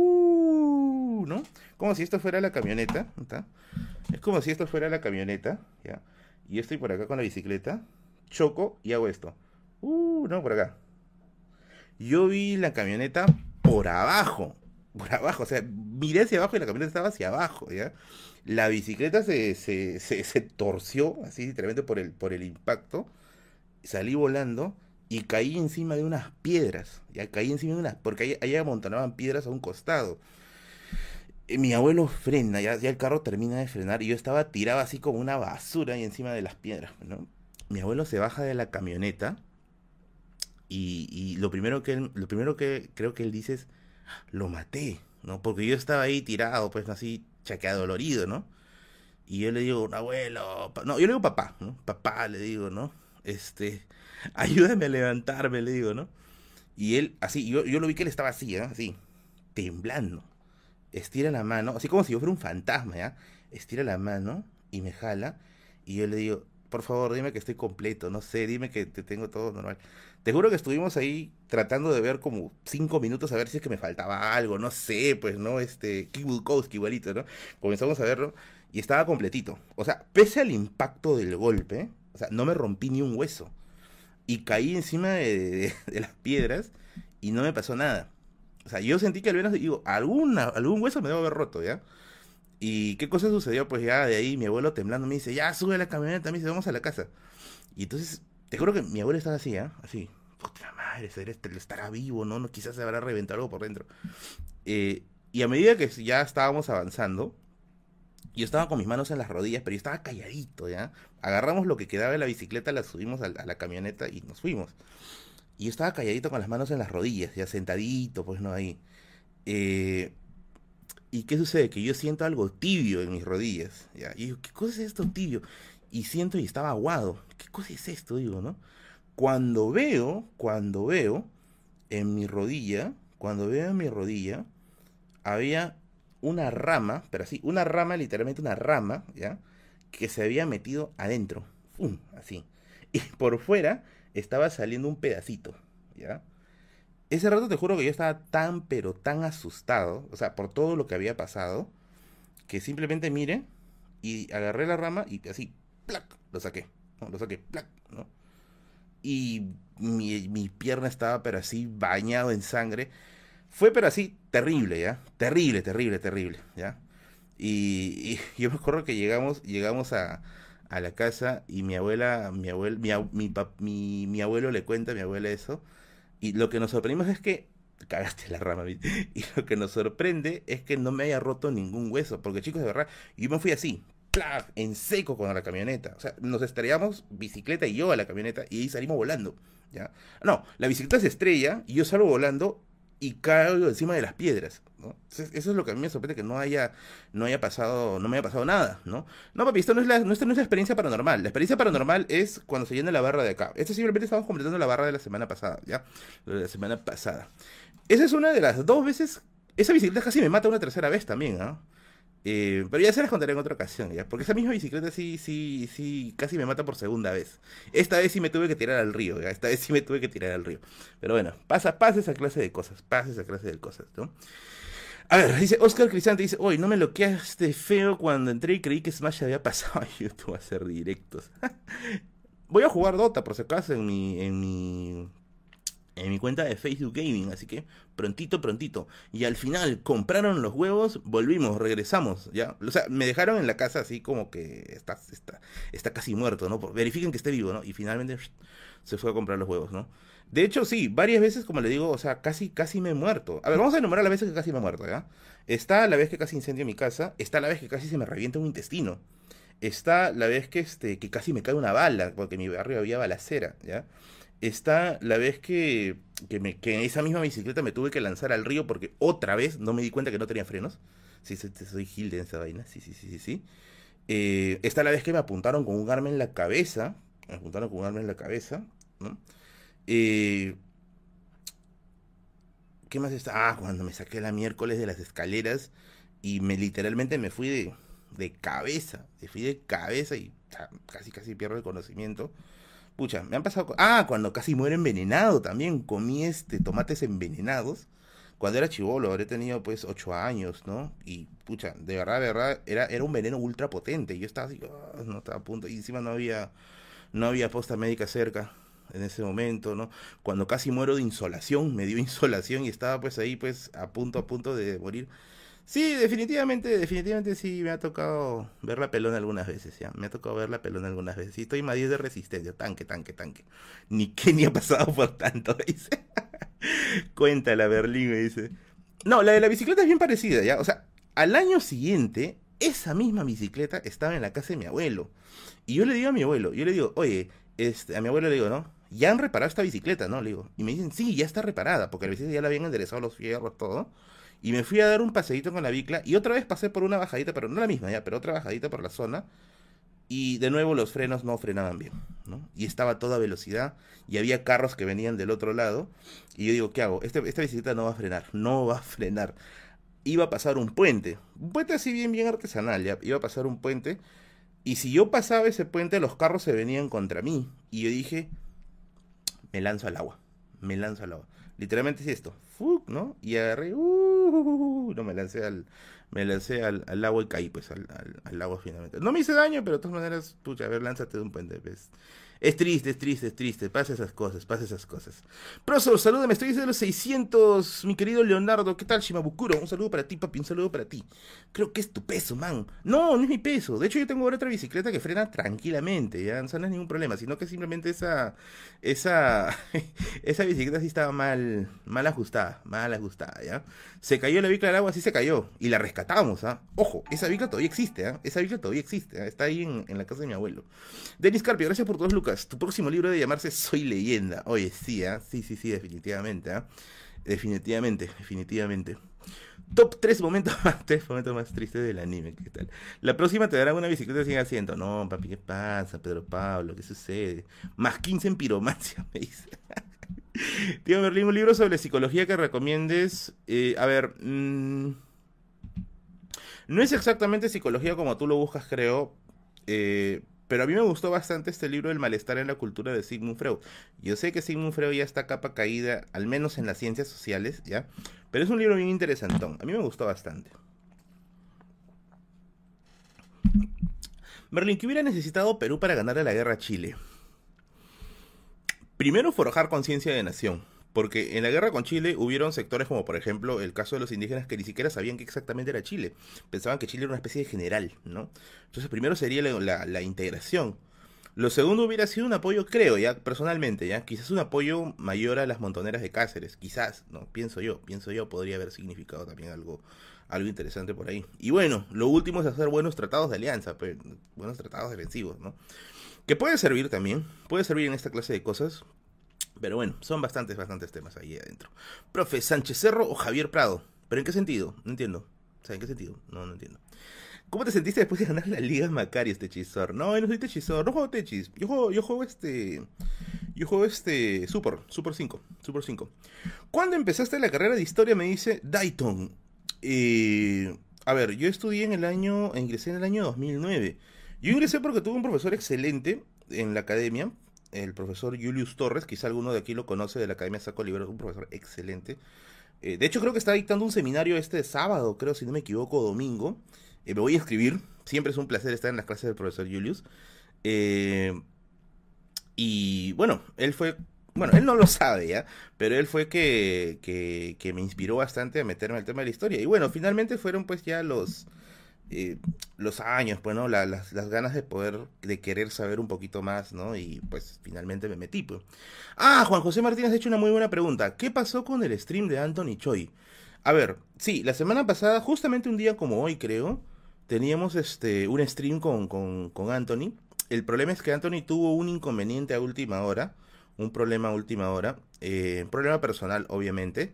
Uh, ¿no? Como si esto fuera la camioneta, ¿está? Es como si esto fuera la camioneta, ¿ya? Y yo estoy por acá con la bicicleta, choco y hago esto. Uh, no, por acá. Yo vi la camioneta por abajo, por abajo, o sea, miré hacia abajo y la camioneta estaba hacia abajo, ¿ya? La bicicleta se, se, se, se torció, así literalmente por el, por el impacto, salí volando y caí encima de unas piedras, ya caí encima de unas, porque ahí, ahí amontonaban piedras a un costado. Eh, Mi abuelo frena, ya, ya el carro termina de frenar y yo estaba tirado así como una basura ahí encima de las piedras, ¿no? Mi abuelo se baja de la camioneta y, y lo primero que él- lo primero que creo que él dice es, lo maté, ¿no? Porque yo estaba ahí tirado, pues así, chaqueadolorido, ¿no? Y yo le digo, abuelo, pa-". no, yo le digo papá, ¿no? Papá, le digo, ¿no? Este, ayúdame a levantarme, le digo, ¿no? Y él, así, yo, yo lo vi que él estaba así, ¿eh? Así, temblando. Estira la mano, así como si yo fuera un fantasma, ¿ya? Estira la mano y me jala. Y yo le digo, por favor, dime que estoy completo, no sé, dime que te tengo todo normal. Te juro que estuvimos ahí tratando de ver como cinco minutos a ver si es que me faltaba algo, no sé, pues, ¿no? Este, Kick Bullkowski igualito, ¿no? Comenzamos a verlo y estaba completito. O sea, pese al impacto del golpe, o sea, no me rompí ni un hueso. Y caí encima de, de- de las piedras y no me pasó nada. O sea, yo sentí que al menos, digo, alguna, algún hueso me debo haber roto, ¿ya? ¿Y qué cosa sucedió? Pues ya de ahí mi abuelo temblando me dice, ya sube a la camioneta, me dice, vamos a la casa. Y entonces, te juro que mi abuelo estaba así, ¿ah? Así, puta madre, ¿será este- estará vivo, ¿no? No, quizás se habrá reventado algo por dentro. Eh, y a medida que ya estábamos avanzando, yo estaba con mis manos en las rodillas, pero yo estaba calladito, ¿ya? Agarramos lo que quedaba de la bicicleta, la subimos a la, a la camioneta y nos fuimos. Y yo estaba calladito con las manos en las rodillas, ya sentadito, pues no ahí. Eh, ¿Y qué sucede? Que yo siento algo tibio en mis rodillas, ¿ya? Y digo, ¿qué cosa es esto tibio? Y siento y estaba aguado. ¿Qué cosa es esto? Digo, ¿no? Cuando veo, cuando veo en mi rodilla, cuando veo en mi rodilla, había una rama, pero así, una rama, literalmente una rama, ¿ya? Que se había metido adentro. ¡Fum! Así. Y por fuera estaba saliendo un pedacito, ¿ya? Ese rato te juro que yo estaba tan, pero tan asustado, o sea, por todo lo que había pasado, que simplemente miré y agarré la rama y así, ¡plac! Lo saqué, ¿no? Lo saqué, ¡plac! ¿No? Y mi, mi pierna estaba, pero así, bañado en sangre. Fue, pero así, terrible, ¿ya? Terrible, terrible, terrible, ¿ya? Y, y yo me acuerdo que llegamos, llegamos a, a la casa y mi abuela, mi abuelo, mi, ab- mi, pap- mi, mi abuelo le cuenta a mi abuela eso. Y lo que nos sorprendimos es que, cagaste la rama, ¿viste? Y lo que nos sorprende es que no me haya roto ningún hueso. Porque chicos, de verdad, yo me fui así, ¡plaf! En seco con la camioneta. O sea, nos estrellamos, bicicleta y yo a la camioneta, y ahí salimos volando, ¿ya? No, la bicicleta se estrella y yo salgo volando y caigo encima de las piedras, ¿no? Entonces, eso es lo que a mí me sorprende, que no haya, no haya pasado, no me haya pasado nada, ¿no? No, papi, esto no es la, no, esto no es la experiencia paranormal. La experiencia paranormal es cuando se llena la barra de acá. Esto simplemente estamos completando la barra de la semana pasada, ¿ya? Lo de la semana pasada. Esa es una de las dos veces. Esa bicicleta casi me mata una tercera vez también, ¿ah? Eh, pero ya se las contaré en otra ocasión, ¿ya? Porque esa misma bicicleta sí, sí, sí, casi me mata por segunda vez. Esta vez sí me tuve que tirar al río, ¿ya? Esta vez sí me tuve que tirar al río. Pero bueno, pasa, pasa esa clase de cosas, pasa esa clase de cosas, ¿no? A ver, dice Oscar Cristante, dice, hoy no me bloqueaste feo cuando entré y creí que Smash había pasado a YouTube a hacer directos. Voy a jugar Dota por si acaso en mi, en mi en mi cuenta de Facebook Gaming, así que prontito, prontito. Y al final compraron los huevos, volvimos, regresamos, ¿ya? O sea, me dejaron en la casa así como que está, está, está casi muerto, ¿no? Verifiquen que esté vivo, ¿no? Y finalmente se fue a comprar los huevos, ¿no? De hecho, sí, varias veces, como le digo, o sea, casi, casi me he muerto. A ver, vamos a enumerar las veces que casi me he muerto, ¿ya? Está la vez que casi incendio mi casa, está la vez que casi se me revienta un intestino. Está la vez que, este, que casi me cae una bala, porque en mi barrio había balacera, ¿ya? Está la vez que, que, me, que en esa misma bicicleta me tuve que lanzar al río porque otra vez no me di cuenta que no tenía frenos. Sí, sí, sí, soy Gil de esa vaina. Sí, sí, sí, sí, sí. Eh, está la vez que me apuntaron con un arma en la cabeza. Me apuntaron con un arma en la cabeza, ¿no? Eh, ¿Qué más está? Ah, cuando me saqué la miércoles de las escaleras y me literalmente me fui de, de cabeza. Me fui de cabeza y o sea, casi casi pierdo el conocimiento. Pucha, me han pasado... co- Ah, cuando casi muero envenenado también. Comí este tomates envenenados. Cuando era chivolo, habré tenido pues ocho años, ¿no? Y pucha, de verdad, de verdad, era, era un veneno ultra potente. Yo estaba así, ah, no estaba a punto. Y encima no había, no había posta médica cerca en ese momento, ¿no? Cuando casi muero de insolación, me dio insolación y estaba pues ahí pues a punto, a punto de morir. Sí, definitivamente, definitivamente sí, me ha tocado ver la pelona algunas veces, ya. Me ha tocado ver la pelona algunas veces. Sí, estoy más diez de resistencia, tanque, tanque, tanque. Ni que ni ha pasado por tanto, dice. Cuéntala, Berlín, me dice. No, la de la bicicleta es bien parecida, ya. O sea, al año siguiente, esa misma bicicleta estaba en la casa de mi abuelo. Y yo le digo a mi abuelo, yo le digo, oye, este, a mi abuelo le digo, ¿no? Ya han reparado esta bicicleta, ¿no? Le digo. Y me dicen, sí, ya está reparada, porque la bicicleta ya la habían enderezado los fierros, todo. Y me fui a dar un paseíto con la bicla y otra vez pasé por una bajadita, pero no la misma ya, pero otra bajadita por la zona. Y de nuevo los frenos no frenaban bien, ¿no? Y estaba a toda velocidad y había carros que venían del otro lado. Y yo digo, ¿qué hago? Este, esta bicicleta no va a frenar, no va a frenar. Iba a pasar un puente, un puente así bien, bien artesanal, ya. Iba a pasar un puente. Y si yo pasaba ese puente, los carros se venían contra mí. Y yo dije, me lanzo al agua, me lanzo al agua. Literalmente es esto, ¡fuc! ¿No? Y agarré, uh, no me lancé al, me lancé al, al agua y caí, pues, al, al, al agua finalmente. No me hice daño, pero de todas maneras, pucha, a ver, lánzate de un puente, pues. Es triste, es triste, es triste. Pasa esas cosas, pasa esas cosas. Profesor, salúdame, estoy desde los seiscientos, mi querido Leonardo. ¿Qué tal, Shimabukuro? Un saludo para ti, papi, un saludo para ti. Creo que es tu peso, man. No, no es mi peso. De hecho, yo tengo ahora otra bicicleta que frena tranquilamente, ya. O sea, no es ningún problema, sino que simplemente esa, esa, esa bicicleta sí estaba mal, mal ajustada, mal ajustada, ya. Se cayó la bicla al agua, sí se cayó. Y la rescatamos, ¿ah? Ojo, esa bicla todavía existe, ¿ah? Esa bicla todavía existe, ¿ah? Está ahí en, en la casa de mi abuelo. Denis Carpio, gracias por todos, Lucas. Tu próximo libro debe llamarse Soy Leyenda. Oye, sí, ¿eh? sí, sí, sí, definitivamente, ¿eh? Definitivamente, definitivamente. Top tres momentos más, tres momentos más tristes del anime, ¿qué tal? La próxima te dará una bicicleta sin asiento. No, papi, ¿qué pasa, Pedro Pablo? ¿Qué sucede? Más quince en piromancia, me dice. Tío Merlín, un libro sobre psicología que recomiendes. Eh, a ver, mmm, no es exactamente psicología como tú lo buscas, creo. Eh... Pero a mí me gustó bastante este libro del malestar en la cultura de Sigmund Freud. Yo sé que Sigmund Freud ya está capa caída, al menos en las ciencias sociales, ¿ya? Pero es un libro bien interesantón. A mí me gustó bastante. Merlin, ¿qué hubiera necesitado Perú para ganarle la guerra a Chile? Primero, forjar conciencia de nación. Porque en la guerra con Chile hubieron sectores como, por ejemplo, el caso de los indígenas que ni siquiera sabían qué exactamente era Chile. Pensaban que Chile era una especie de general, ¿no? Entonces, primero sería la, la, la integración. Lo segundo hubiera sido un apoyo, creo, ya, personalmente, ya. Quizás un apoyo mayor a las montoneras de Cáceres. Quizás, ¿no? Pienso yo, pienso yo, podría haber significado también algo, algo interesante por ahí. Y bueno, lo último es hacer buenos tratados de alianza, pues, buenos tratados defensivos, ¿no? Que puede servir también, puede servir en esta clase de cosas. Pero bueno, son bastantes, bastantes temas ahí adentro. Profe, ¿Sánchez Cerro o Javier Prado? ¿Pero en qué sentido? No entiendo. O sea, ¿en qué sentido? No, no entiendo. ¿Cómo te sentiste después de ganar la Liga Macarios, Techisor? No, yo no soy Techisor, no juego Techis. Yo juego, yo juego este... Yo juego este... Super, Super cinco. Super cinco. ¿Cuándo empezaste la carrera de Historia? Me dice Dayton. Eh, a ver, yo estudié en el año... Ingresé en el año dos mil nueve. Yo ingresé porque tuve un profesor excelente en la academia. El profesor Julius Torres, quizá alguno de aquí lo conoce, de la Academia Saco Libero, un profesor excelente. Eh, de hecho, creo que está dictando un seminario este sábado, creo, si no me equivoco, domingo. Eh, me voy a escribir, siempre es un placer estar en las clases del profesor Julius. Eh, y bueno, él fue, bueno, él no lo sabe ya, pero él fue que, que, que me inspiró bastante a meterme al tema de la historia. Y bueno, finalmente fueron pues ya los... Eh, los años, pues, ¿no? La, las, las ganas de poder, de querer saber un poquito más, ¿no? Y pues finalmente me metí, pues. Ah, Juan José Martínez ha hecho una muy buena pregunta. ¿Qué pasó con el stream de Anthony Choi? A ver, sí, la semana pasada, justamente un día como hoy, creo, teníamos este un stream con, con, con Anthony. El problema es que Anthony tuvo un inconveniente a última hora, un problema a última hora, eh, un problema personal, obviamente.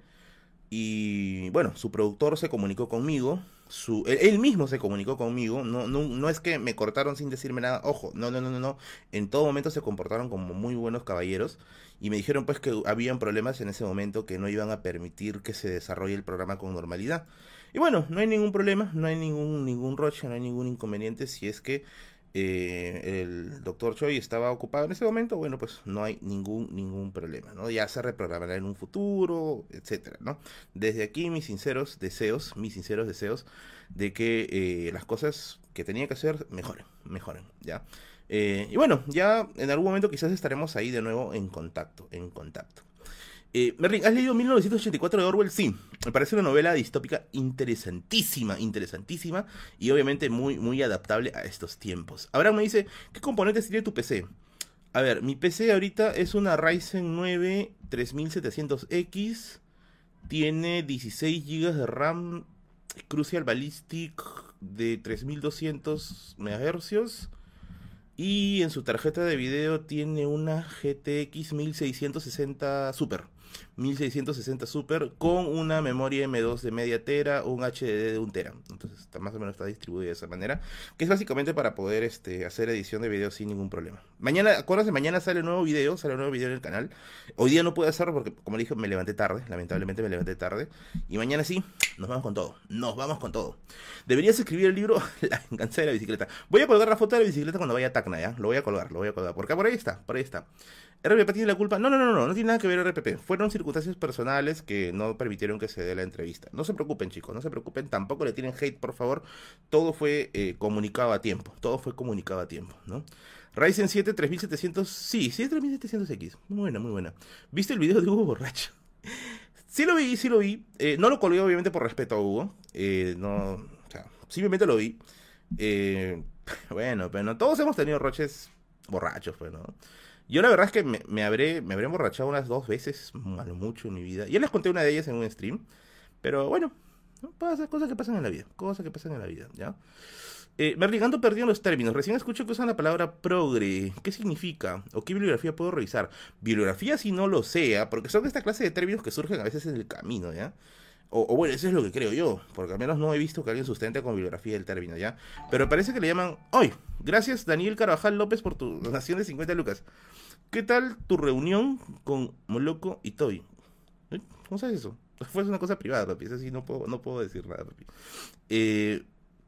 Y bueno, su productor se comunicó conmigo. Su, él, él mismo se comunicó conmigo, no, no, no es que me cortaron sin decirme nada, ojo, no, no, no, no, no, en todo momento se comportaron como muy buenos caballeros y me dijeron pues que habían problemas en ese momento que no iban a permitir que se desarrolle el programa con normalidad. Y bueno, no hay ningún problema, no hay ningún, ningún roche, no hay ningún inconveniente si es que eh, el doctor Choi estaba ocupado en ese momento, bueno, pues no hay ningún, ningún problema, ¿no? Ya se reprogramará en un futuro, etcétera, ¿no? Desde aquí mis sinceros deseos, mis sinceros deseos de que eh, las cosas que tenía que hacer mejoren, mejoren, ¿ya? Eh, y bueno, ya en algún momento quizás estaremos ahí de nuevo en contacto, en contacto. Eh, Merlin, ¿has leído mil novecientos ochenta y cuatro de Orwell? Sí, me parece una novela distópica interesantísima, interesantísima y obviamente muy, muy adaptable a estos tiempos. Abraham me dice, ¿qué componentes tiene tu P C? A ver, mi P C ahorita es una Ryzen nueve tres mil setecientos X, tiene dieciséis gigas de RAM, Crucial Ballistic de tres mil doscientos megahercios. Y en su tarjeta de video tiene una G T X mil seiscientos sesenta Super. mil seiscientos sesenta Super con una memoria M dos de media tera, un H D D de un tera. Entonces está, más o menos está distribuido de esa manera. Que es básicamente para poder este, hacer edición de video sin ningún problema. Mañana, acuérdense, mañana sale un nuevo video, sale un nuevo video en el canal. Hoy día no puedo hacerlo porque, como le dije, me levanté tarde. Lamentablemente me levanté tarde. Y mañana sí, nos vamos con todo. Nos vamos con todo. Deberías escribir el libro La venganza de la bicicleta. Voy a colgar la foto de la bicicleta cuando vaya a Tacna. Tacna, ¿ya? Lo voy a colgar, lo voy a colgar. Porque por ahí está, por ahí está. ¿R P P tiene la culpa? No, no, no, no, no tiene nada que ver R P P. Fueron circunstancias personales que no permitieron que se dé la entrevista. No se preocupen, chicos, no se preocupen. Tampoco le tienen hate, por favor. Todo fue eh, comunicado a tiempo. Todo fue comunicado a tiempo, ¿no? Ryzen siete tres mil setecientos, sí, sí es tres mil setecientos X. Muy buena, muy buena. ¿Viste el video de Hugo borracho? Sí lo vi, sí lo vi. Eh, no lo colgué obviamente por respeto a Hugo. Eh, no, o sea, simplemente lo vi. Eh, bueno, pero no, todos hemos tenido roches borrachos, pues, ¿no? Yo la verdad es que me, me habré, me habré emborrachado unas dos veces, a lo mucho en mi vida. Ya les conté una de ellas en un stream. Pero bueno, ¿no? Pasa, cosas que pasan en la vida. Cosas que pasan en la vida, ¿ya? Eh, Merligando perdió los términos. Recién escucho que usan la palabra progre. ¿Qué significa? ¿O qué bibliografía puedo revisar? Bibliografía si no lo sea, porque son esta clase de términos que surgen a veces en el camino, ¿ya? O, o bueno, eso es lo que creo yo, porque al menos no he visto que alguien sustente con bibliografía el término, ¿ya? Pero parece que le llaman... ¡Ay! Gracias, Daniel Carvajal López, por tu donación de cincuenta lucas. ¿Qué tal tu reunión con Moloco y Toby? ¿Eh? ¿Cómo sabes eso? Fue una cosa privada, papi. Es así, no puedo, no puedo decir nada, papi. Eh...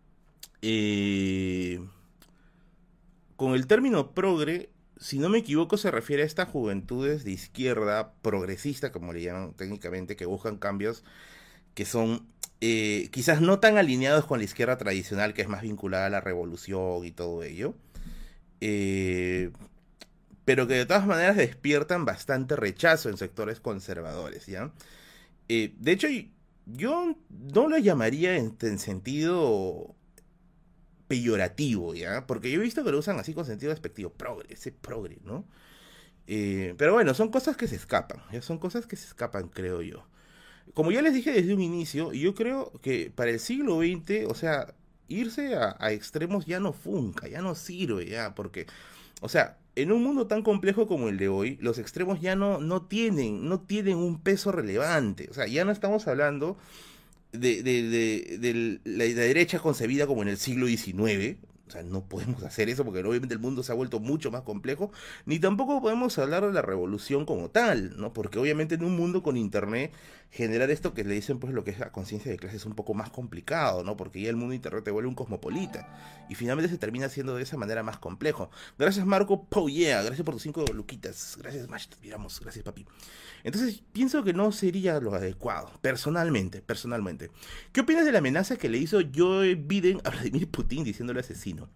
Eh, con el término progre, si no me equivoco, se refiere a estas juventudes de izquierda progresista, como le llaman técnicamente, que buscan cambios que son eh, quizás no tan alineados con la izquierda tradicional, que es más vinculada a la revolución y todo ello, eh, pero que de todas maneras despiertan bastante rechazo en sectores conservadores, ¿ya? Eh, de hecho, yo no lo llamaría en, en sentido peyorativo, ¿ya? Porque yo he visto que lo usan así con sentido despectivo, progre, ese progre, ¿no? Eh, pero bueno, son cosas que se escapan, ya son cosas que se escapan, creo yo. Como ya les dije desde un inicio, yo creo que para el siglo veinte, o sea, irse a, a extremos ya no funca, ya no sirve, ya, porque, o sea, en un mundo tan complejo como el de hoy, los extremos ya no, no tienen, no tienen un peso relevante, o sea, ya no estamos hablando de, de, de, de la, la derecha concebida como en el siglo diecinueve. O sea, no podemos hacer eso porque obviamente el mundo se ha vuelto mucho más complejo, ni tampoco podemos hablar de la revolución como tal, ¿no? Porque obviamente en un mundo con internet generar esto que le dicen pues lo que es la conciencia de clase es un poco más complicado, ¿no? Porque ya el mundo internet te vuelve un cosmopolita y finalmente se termina haciendo de esa manera más complejo. Gracias Marco Oh yeah, gracias por tus cinco luquitas, gracias Mash, te miramos, gracias papi. Entonces pienso que no sería lo adecuado, personalmente, personalmente. ¿Qué opinas de la amenaza que le hizo Joe Biden a Vladimir Putin diciéndole asesino?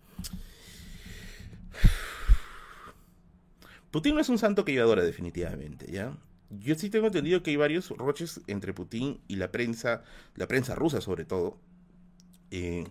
Putin no es un santo que yo adora definitivamente, ¿ya? Yo sí tengo entendido que hay varios roches entre Putin y la prensa, la prensa rusa sobre todo. Eh,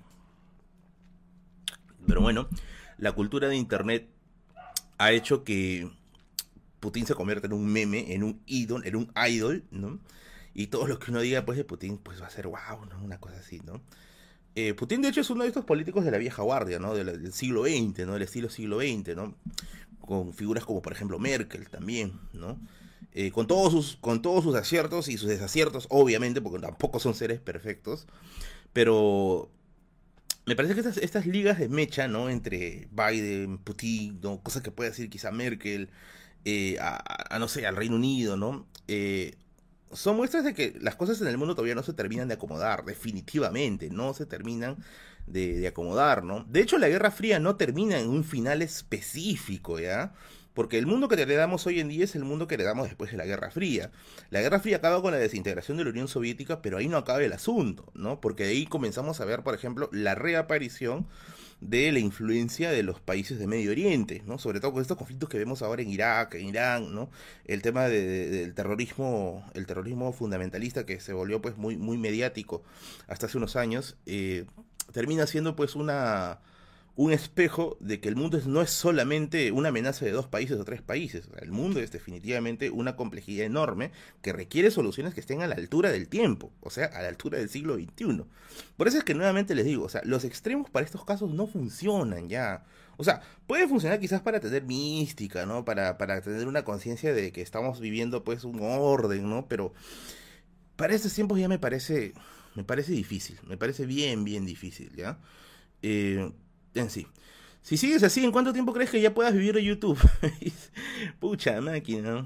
pero bueno, la cultura de internet ha hecho que Putin se convierta en un meme, en un ídolo, en un idol, ¿no? Y todo lo que uno diga pues de Putin pues va a ser wow, ¿no? Una cosa así, ¿no? Eh, Putin de hecho es uno de estos políticos de la vieja guardia, ¿no? Del, del siglo veinte, ¿no? Del estilo siglo veinte, ¿no? Con figuras como por ejemplo Merkel también, ¿no? Eh, con todos sus, con todos sus aciertos y sus desaciertos, obviamente, porque tampoco son seres perfectos, pero me parece que estas, estas ligas de mecha, ¿no? Entre Biden, Putin, ¿no? Cosas que puede decir quizá Merkel, eh, a, a, no sé, al Reino Unido, ¿no? Eh, son muestras de que las cosas en el mundo todavía no se terminan de acomodar, definitivamente, no se terminan de, de acomodar, ¿no? De hecho, la Guerra Fría no termina en un final específico, ¿ya? Porque el mundo que heredamos hoy en día es el mundo que heredamos después de la Guerra Fría. La Guerra Fría acaba con la desintegración de la Unión Soviética, pero ahí no acaba el asunto, ¿no? Porque de ahí comenzamos a ver, por ejemplo, la reaparición de la influencia de los países de Medio Oriente, ¿no? Sobre todo con estos conflictos que vemos ahora en Irak, en Irán, ¿no? El tema de, de, del terrorismo, el terrorismo fundamentalista que se volvió pues muy, muy mediático hasta hace unos años, eh, termina siendo pues una un espejo de que el mundo es, no es solamente una amenaza de dos países o tres países. O sea, el mundo es definitivamente una complejidad enorme que requiere soluciones que estén a la altura del tiempo, o sea, a la altura del siglo veintiuno. Por eso es que nuevamente les digo, o sea, los extremos para estos casos no funcionan ya. O sea, puede funcionar quizás para tener mística, ¿no? Para, para tener una conciencia de que estamos viviendo pues un orden, ¿no? Pero para estos tiempos ya me parece, me parece difícil, me parece bien, bien difícil, ¿ya? Eh... En sí. Si sigues así, ¿en cuánto tiempo crees que ya puedas vivir de YouTube? Pucha máquina, ¿no?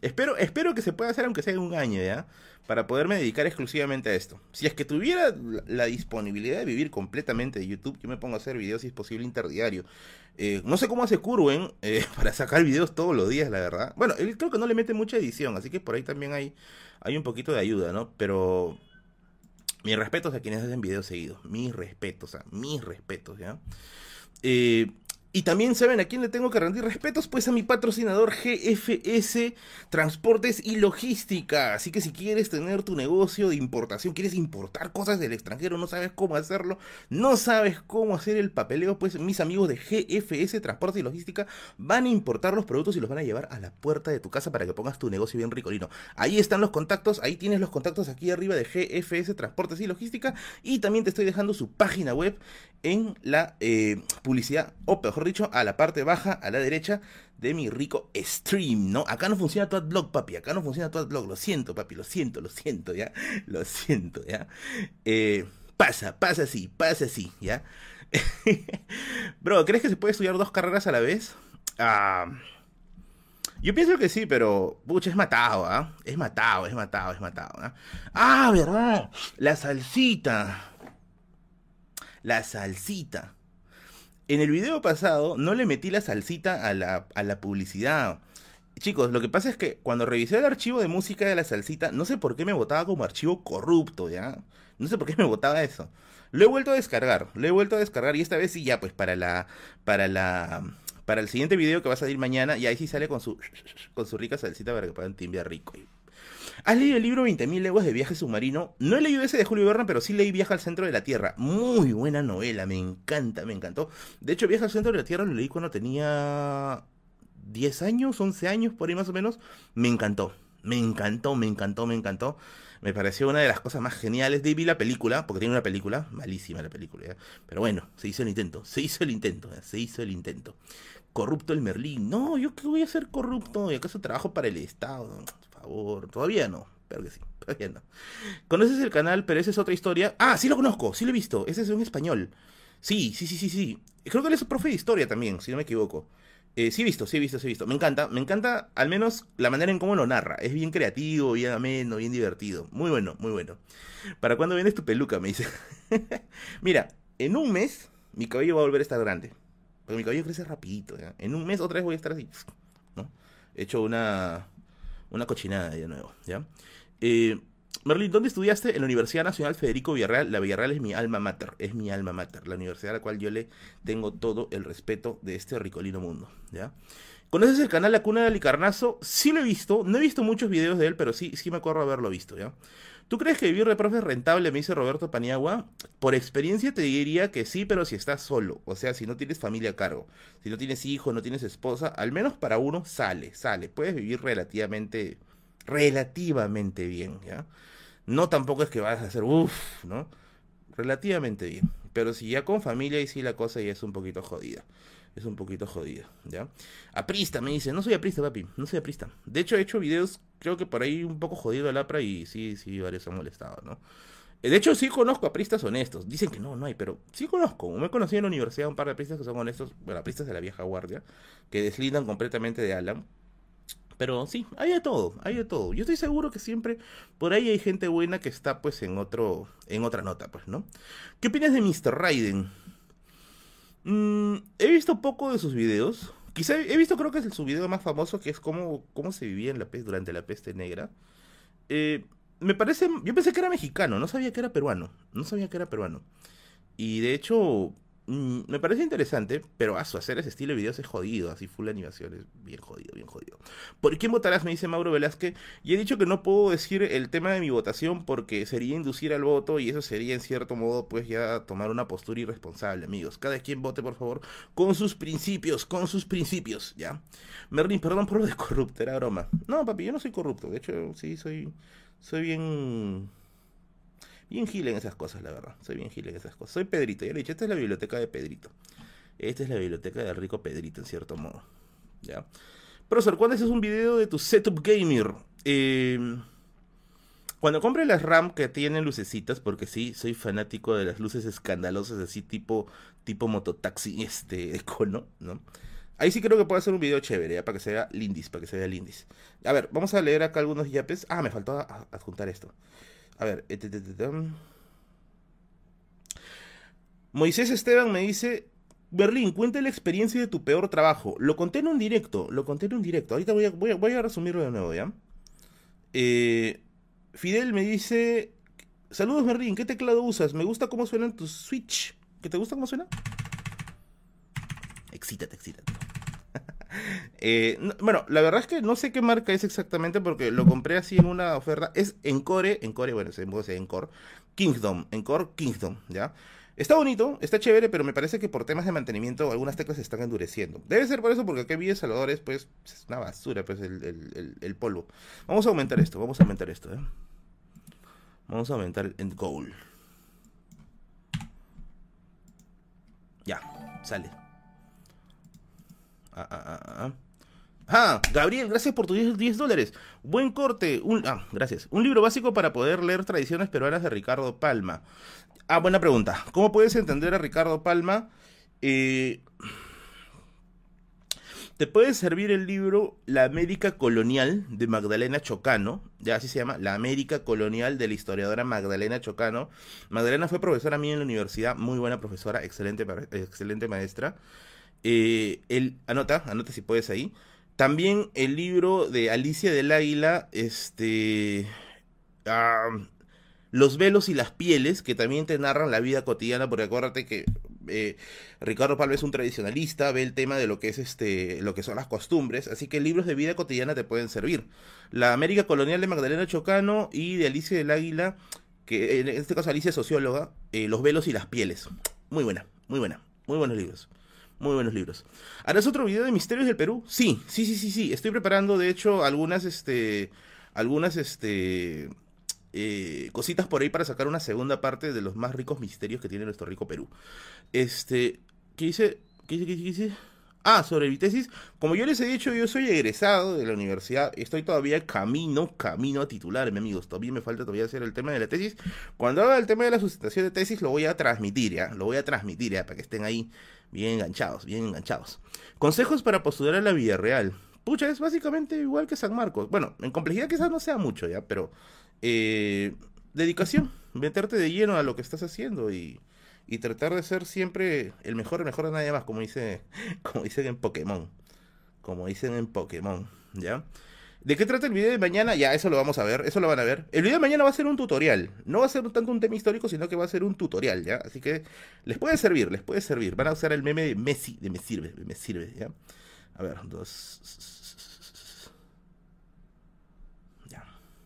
Espero, espero que se pueda hacer aunque sea en un año, ¿ya? Para poderme dedicar exclusivamente a esto. Si es que tuviera la, la disponibilidad de vivir completamente de YouTube, yo me pongo a hacer videos si es posible interdiario. Eh, no sé cómo hace Curwen eh, para sacar videos todos los días, la verdad. Bueno, él creo que no le mete mucha edición, así que por ahí también hay, hay un poquito de ayuda, ¿no? Pero mis respetos a quienes hacen videos seguidos. Mis respetos, a mis respetos, ¿ya? Eh, y también, ¿saben a quién le tengo que rendir respetos? Pues a mi patrocinador G F S Transportes y Logística. Así que si quieres tener tu negocio de importación, quieres importar cosas del extranjero, no sabes cómo hacerlo, no sabes cómo hacer el papeleo, pues mis amigos de G F S Transportes y Logística van a importar los productos y los van a llevar a la puerta de tu casa para que pongas tu negocio bien ricolino. Ahí están los contactos, ahí tienes los contactos aquí arriba de G F S Transportes y Logística, y también te estoy dejando su página web en la eh, publicidad, o mejor dicho, a la parte baja, a la derecha de mi rico stream, ¿no? Acá no funciona tu adblock, papi, acá no funciona tu adblock, lo siento, papi, lo siento, lo siento, ¿ya? Lo siento, ¿ya? Eh, pasa, pasa así, pasa así, ¿ya? Bro, ¿crees que se puede estudiar dos carreras a la vez? Ah... Yo pienso que sí, pero, pucha, es matado, ¿ah? ¿eh? Es matado, es matado, es matado, ¿ah? ¿eh? Ah, ¿verdad? La salsita. La salsita. En el video pasado no le metí la salsita a la, a la publicidad. Chicos, lo que pasa es que cuando revisé el archivo de música de la salsita, no sé por qué me botaba como archivo corrupto, ¿ya? No sé por qué me botaba eso. Lo he vuelto a descargar, lo he vuelto a descargar y esta vez sí ya, pues para la... para la... para el siguiente video que va a salir mañana, y ahí sí sale con su con su rica salsita para que puedan timbiar rico. ¿Has leído el libro veinte mil leguas de viaje submarino? No he leído ese de Julio Verne, pero sí leí Viaje al centro de la Tierra. Muy buena novela, me encanta, me encantó. De hecho, Viaje al centro de la Tierra lo leí cuando tenía diez años, once años, por ahí más o menos. Me encantó, me encantó, me encantó, me encantó. Me pareció una de las cosas más geniales. De ahí vi la película, porque tiene una película, malísima la película, ¿ya? Pero bueno, se hizo el intento, se hizo el intento, ¿ya? Se hizo el intento. Corrupto el Merlín. No, ¿yo qué voy a ser corrupto? ¿Y acaso trabajo para el Estado? Por favor, todavía no, pero que sí, todavía no. ¿Conoces el canal, pero esa es otra historia? Ah, sí lo conozco, sí lo he visto, ese es un español. Sí, sí, sí, sí, sí. Creo que él es profe de historia también, si no me equivoco. Eh, sí he visto, sí he visto, sí he visto. Me encanta, me encanta al menos la manera en cómo lo narra. Es bien creativo, bien ameno, bien divertido. Muy bueno, muy bueno. ¿Para cuándo vienes tu peluca? Me dice. Mira, en un mes mi cabello va a volver a estar grande. Porque mi cabello crece rapidito, ¿ya? En un mes otra vez voy a estar así, ¿no? He hecho una, una cochinada de nuevo, ¿ya? Eh, Merlin, ¿dónde estudiaste? En la Universidad Nacional Federico Villarreal. La Villarreal es mi alma mater, es mi alma mater. La universidad a la cual yo le tengo todo el respeto de este ricolino mundo, ¿ya? ¿Conoces el canal La Cuna de Alicarnazo? Sí lo he visto, no he visto muchos videos de él, pero sí, sí me acuerdo haberlo visto, ¿ya? ¿Tú crees que vivir de profe es rentable? Me dice Roberto Paniagua. Por experiencia te diría que sí, pero si estás solo. O sea, si no tienes familia a cargo. Si no tienes hijos, no tienes esposa. Al menos para uno sale, sale. Puedes vivir relativamente, relativamente bien, ¿ya? No tampoco es que vas a hacer uff, ¿no? Relativamente bien. Pero si ya con familia y sí la cosa ya es un poquito jodida. Es un poquito jodida, ¿ya? Aprista, me dice. No soy aprista, papi. No soy aprista. De hecho, he hecho videos, creo que por ahí un poco jodido al APRA y sí, sí, varios han molestado, ¿no? De hecho, sí conozco apristas honestos. Dicen que no, no hay, pero sí conozco. Me he conocido en la universidad un par de apristas que son honestos. Bueno, apristas de la vieja guardia, que deslindan completamente de Alan. Pero sí, hay de todo, hay de todo. Yo estoy seguro que siempre por ahí hay gente buena que está pues en otro, en otra nota, pues, ¿no? ¿Qué opinas de mister Raiden? Mm, he visto poco de sus videos. Quizá he visto, creo que es su video más famoso, que es cómo, cómo se vivía en la peste durante la peste negra. Eh, me parece, yo pensé que era mexicano, no sabía que era peruano, no sabía que era peruano. Y de hecho, mm, me parece interesante, pero a su hacer ese estilo de videos es jodido, así full animación, es bien jodido, bien jodido. ¿Por quién votarás? Me dice Mauro Velázquez. Y he dicho que no puedo decir el tema de mi votación porque sería inducir al voto y eso sería en cierto modo pues ya tomar una postura irresponsable, amigos. Cada quien vote por favor con sus principios, con sus principios, ¿ya? Merlin, perdón por lo de corrupto, era broma. No, papi, yo no soy corrupto, de hecho sí soy, soy bien... Bien gil en esas cosas, la verdad. Soy bien gil en esas cosas. Soy Pedrito, ya le he dicho, esta es la biblioteca de Pedrito. Esta es la biblioteca del rico Pedrito, en cierto modo. ¿Ya? Profesor, ¿cuándo haces un video de tu setup gamer? Eh, cuando compre las RAM que tienen lucecitas, porque sí, soy fanático de las luces escandalosas, así tipo, tipo mototaxi, este, de cono, ¿no? Ahí sí creo que puedo hacer un video chévere, ya, para que se vea lindis, para que se vea lindis. A ver, vamos a leer acá algunos yapes. Ah, me faltó a- a- adjuntar esto. A ver, eh, te, te, te, tem. Moisés Esteban me dice, Berlín, cuenta la experiencia de tu peor trabajo. Lo conté en un directo, lo conté en un directo. Ahorita voy a, voy a, voy a resumirlo de nuevo, ¿ya? Eh, Fidel me dice, saludos Berlín, ¿qué teclado usas? Me gusta cómo suenan tus Switch. ¿Qué te gusta cómo suena? Excítate, excítate. Eh, no- bueno, la verdad es que no sé qué marca es exactamente porque lo compré así en una oferta. Es Encore, Encore, bueno, se dice Encore, Kingdom, Encore Kingdom, ¿ya? Está bonito, está chévere, pero me parece que por temas de mantenimiento algunas teclas se están endureciendo. Debe ser por eso, porque aquí vi de Salvadores, pues es una basura, pues el, el- el- el polvo. Vamos a aumentar esto, vamos a aumentar esto, ¿eh? Vamos a aumentar el end goal. Ya, sale. Ah, ah, ah, ah. Ah, Gabriel, gracias por tus diez diez dólares. Buen corte. Un, ah, gracias. Un libro básico para poder leer tradiciones peruanas de Ricardo Palma. Ah, buena pregunta. ¿Cómo puedes entender a Ricardo Palma? Eh, te puede servir el libro La América Colonial de Magdalena Chocano. Ya así se llama. La América Colonial de la historiadora Magdalena Chocano. Magdalena fue profesora mía en la universidad. Muy buena profesora. Excelente, ma- excelente maestra. Eh, el, anota, anota si puedes ahí. También el libro de Alicia del Águila, este, ah, Los velos y las pieles, que también te narran la vida cotidiana, porque acuérdate que eh, Ricardo Palma es un tradicionalista, ve el tema de lo que es este, lo que son las costumbres, así que libros de vida cotidiana te pueden servir. La América Colonial de Magdalena Chocano y de Alicia del Águila, que en este caso Alicia es socióloga, eh, Los velos y las pieles. Muy buena, muy buena, muy buenos libros. Muy buenos libros. ¿Harás otro video de Misterios del Perú? Sí, sí, sí, sí, sí. Estoy preparando, de hecho, algunas, este, algunas, este, eh, cositas por ahí para sacar una segunda parte de los más ricos misterios que tiene nuestro rico Perú. Este, ¿qué dice? ¿Qué dice? ¿Qué dice? ¿Qué dice? Ah, sobre mi tesis. Como yo les he dicho, yo soy egresado de la universidad. Estoy todavía camino, camino a titularme, amigos. Todavía me falta todavía hacer el tema de la tesis. Cuando haga el tema de la sustentación de tesis, lo voy a transmitir, ¿ya? Lo voy a transmitir, ¿ya? Para que estén ahí bien enganchados, bien enganchados. Consejos para postular a la Villarreal. Pucha, es básicamente igual que San Marcos. Bueno, en complejidad quizás no sea mucho, ¿ya? Pero eh, dedicación. Meterte de lleno a lo que estás haciendo y y tratar de ser siempre el mejor, el mejor de nadie más, como dice, como dicen en Pokémon, como dicen en Pokémon, ¿ya? ¿De qué trata el video de mañana? Ya, eso lo vamos a ver, eso lo van a ver. El video de mañana va a ser un tutorial, no va a ser tanto un tema histórico, sino que va a ser un tutorial, ¿ya? Así que les puede servir, les puede servir. Van a usar el meme de Messi, de me sirve, de me sirve, ¿ya? A ver, dos... Ya.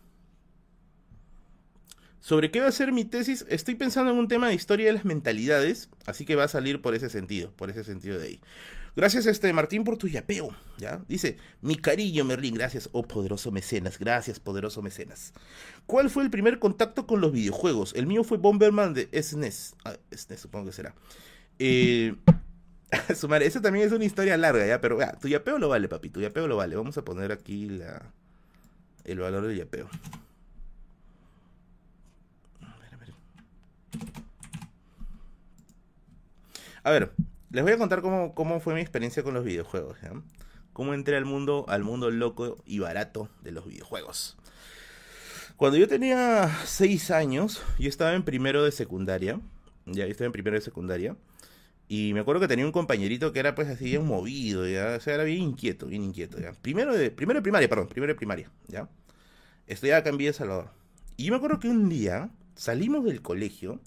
¿Sobre qué va a ser mi tesis? Estoy pensando en un tema de historia de las mentalidades, así que va a salir por ese sentido, por ese sentido de ahí. Gracias, este Martín, por tu yapeo, ¿ya? Dice, mi cariño, Merlín, gracias, oh poderoso mecenas, gracias, poderoso mecenas. ¿Cuál fue el primer contacto con los videojuegos? El mío fue Bomberman de S N E S. Ah, S N E S supongo que será. Eh, su madre, esa también es una historia larga, ¿ya? Pero, ya, tu yapeo lo vale, papi, tu yapeo lo vale. Vamos a poner aquí la, el valor del yapeo. A ver, les voy a contar cómo, cómo fue mi experiencia con los videojuegos, ¿ya? Cómo entré al mundo, al mundo loco y barato de los videojuegos. Cuando yo tenía seis años, yo estaba en primero de secundaria. Ya, yo estaba en primero de secundaria. Y me acuerdo que tenía un compañerito que era pues así bien movido, ¿ya? O sea, era bien inquieto, bien inquieto, ¿ya? Primero de, primero de primaria, perdón, primero de primaria, ¿ya? Estudiaba acá en Villa Salvador. Y yo me acuerdo que un día salimos del colegio.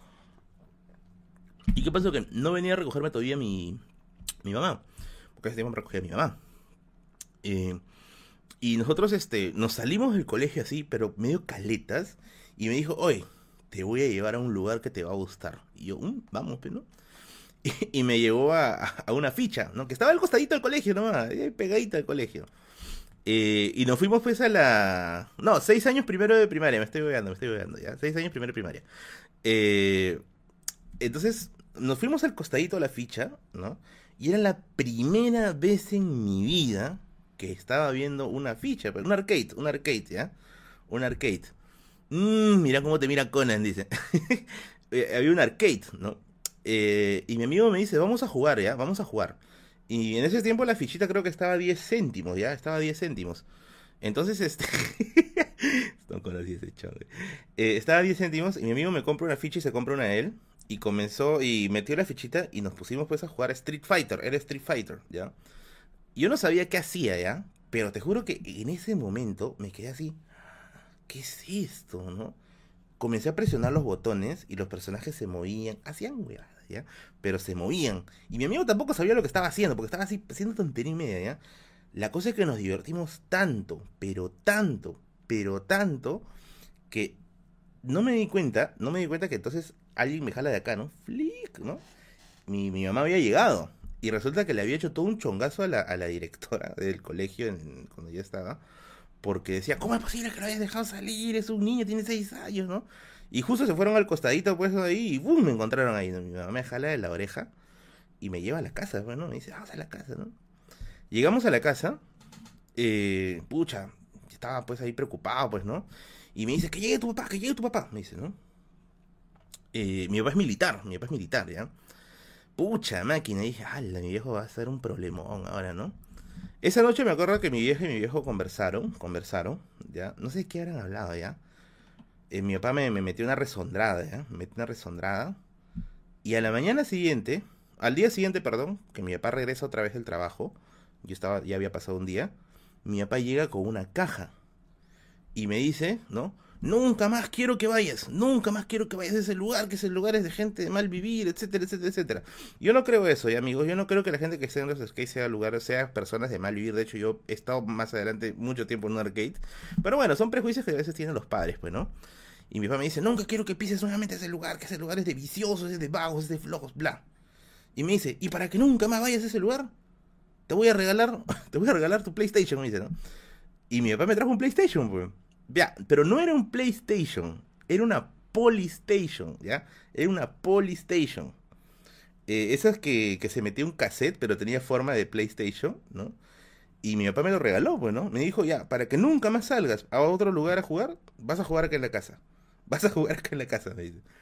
¿Y qué pasó? Que no venía a recogerme todavía mi, mi mamá. Porque ese tiempo me recogía mi mamá. Eh, y nosotros este, nos salimos del colegio así, pero medio caletas. Y me dijo, oye, te voy a llevar a un lugar que te va a gustar. Y yo, "Mm, vamos, pero no". Y, y me llevó a, a una ficha, ¿no? Que estaba al costadito del colegio nomás, ahí pegadita al colegio. Eh, y nos fuimos pues a la... No, seis años primero de primaria, me estoy veando, me estoy veando, ya. Seis años primero de primaria. Eh, entonces nos fuimos al costadito de la ficha, ¿no? Y era la primera vez en mi vida que estaba viendo una ficha, pero un arcade, un arcade, ¿ya? Un arcade. Mmm, mira cómo te mira Conan, dice. Eh, había un arcade, ¿no? Eh, y mi amigo me dice, vamos a jugar, ¿ya? Vamos a jugar. Y en ese tiempo la fichita creo que estaba a diez céntimos, ya, estaba a diez céntimos. Entonces, este... no conocí ese chavo. Eh, estaba a diez céntimos y mi amigo me compra una ficha y se compra una a él. Y comenzó y metió la fichita y nos pusimos pues a jugar Street Fighter. Era Street Fighter, ¿ya? Y yo no sabía qué hacía, ¿ya? Pero te juro que en ese momento me quedé así. ¿Qué es esto, no? Comencé a presionar los botones y los personajes se movían. Hacían huevadas, ¿ya? Pero se movían. Y mi amigo tampoco sabía lo que estaba haciendo, porque estaba así haciendo tontería y media, ¿ya? La cosa es que nos divertimos tanto, pero tanto, pero tanto, que no me di cuenta, no me di cuenta que entonces alguien me jala de acá, ¿no? Flick, ¿no? Mi, mi mamá había llegado y resulta que le había hecho todo un chongazo a la, a la directora del colegio en- cuando yo estaba, porque decía, ¿cómo es posible que lo hayas dejado salir? Es un niño, tiene seis años, ¿no? Y justo se fueron al costadito, pues ahí, y ¡bum! Me encontraron ahí, ¿no? Mi mamá me jala de la oreja y me lleva a la casa, pues, ¿no? Me dice, vamos a la casa, ¿no? Llegamos a la casa, eh, pucha, estaba pues ahí preocupado, pues, ¿no? Y me dice, que llegue tu papá, que llegue tu papá, me dice, ¿no? Eh, mi papá es militar, mi papá es militar, ¿ya? Pucha máquina, y dije, ala, mi viejo va a ser un problemón ahora, ¿no? Esa noche me acuerdo que mi vieja y mi viejo conversaron, conversaron, ¿ya? No sé qué habrán hablado, ¿ya? Eh, mi papá me, me metió una resondrada, ¿ya? Me metió una resondrada. Y a la mañana siguiente, al día siguiente, perdón, que mi papá regresa otra vez del trabajo, yo estaba, ya había pasado un día, mi papá llega con una caja y me dice, ¿no? Nunca más quiero que vayas, nunca más quiero que vayas a ese lugar, que ese lugar es de gente de mal vivir, etcétera, etcétera, etcétera. Yo no creo eso, ¿ya, amigos? Yo no creo que la gente que esté en los skates sea lugares, sea personas de mal vivir. De hecho, yo he estado más adelante mucho tiempo en un arcade. Pero bueno, son prejuicios que a veces tienen los padres, pues, ¿no? Y mi papá me dice, nunca quiero que pises nuevamente ese lugar, que ese lugar es de viciosos, es de vagos, es de flojos, bla. Y me dice, y para que nunca más vayas a ese lugar, te voy a regalar, te voy a regalar tu PlayStation, me dice, ¿no? Y mi papá me trajo un PlayStation, pues. Ya, pero no era un PlayStation, era una Polystation, ¿ya? Era una Polystation. Eh, esas que, que se metía un cassette, pero tenía forma de PlayStation, ¿no? Y mi papá me lo regaló, pues, ¿no? Me dijo, ya, para que nunca más salgas a otro lugar a jugar, vas a jugar acá en la casa. Vas a jugar acá en la casa, me dice.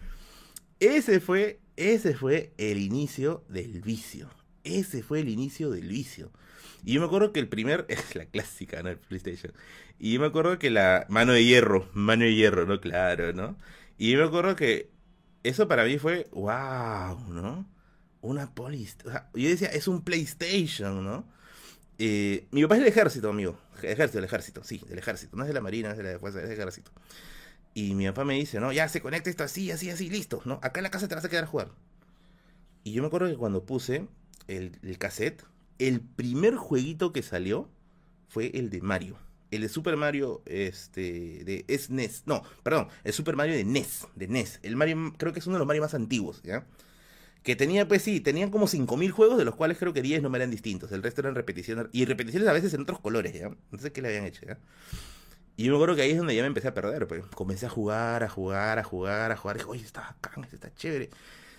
Ese fue, ese fue el inicio del vicio. Ese fue el inicio del vicio. Y yo me acuerdo que el primer, es la clásica, ¿no? El PlayStation. Y yo me acuerdo que la mano de hierro, mano de hierro, ¿no? Claro, ¿no? Y yo me acuerdo que eso para mí fue, wow, ¿no? Una polis. O sea, yo decía, es un PlayStation, ¿no? Eh, mi papá es del ejército, amigo. Ejército, del ejército, sí, del ejército. No es de la marina, no es de la fuerza, es del ejército. Y mi papá me dice, no, ya se conecta esto así, así, así, listo, ¿no? Acá en la casa te vas a quedar a jugar. Y yo me acuerdo que cuando puse el, el cassette, el primer jueguito que salió fue el de Mario. El de Super Mario, este, de S N E S. No, perdón, el Super Mario de N E S, de N E S. El Mario, creo que es uno de los Mario más antiguos, ¿ya? Que tenía, pues sí, tenían como cinco mil juegos, de los cuales creo que diez no me eran distintos. El resto eran repeticiones, y repeticiones a veces en otros colores, ¿ya? No sé qué le habían hecho, ¿ya? Y yo me acuerdo que ahí es donde ya me empecé a perder, pues. Comencé a jugar, a jugar, a jugar, a jugar. Y dije, oye, está bacán, esto está chévere.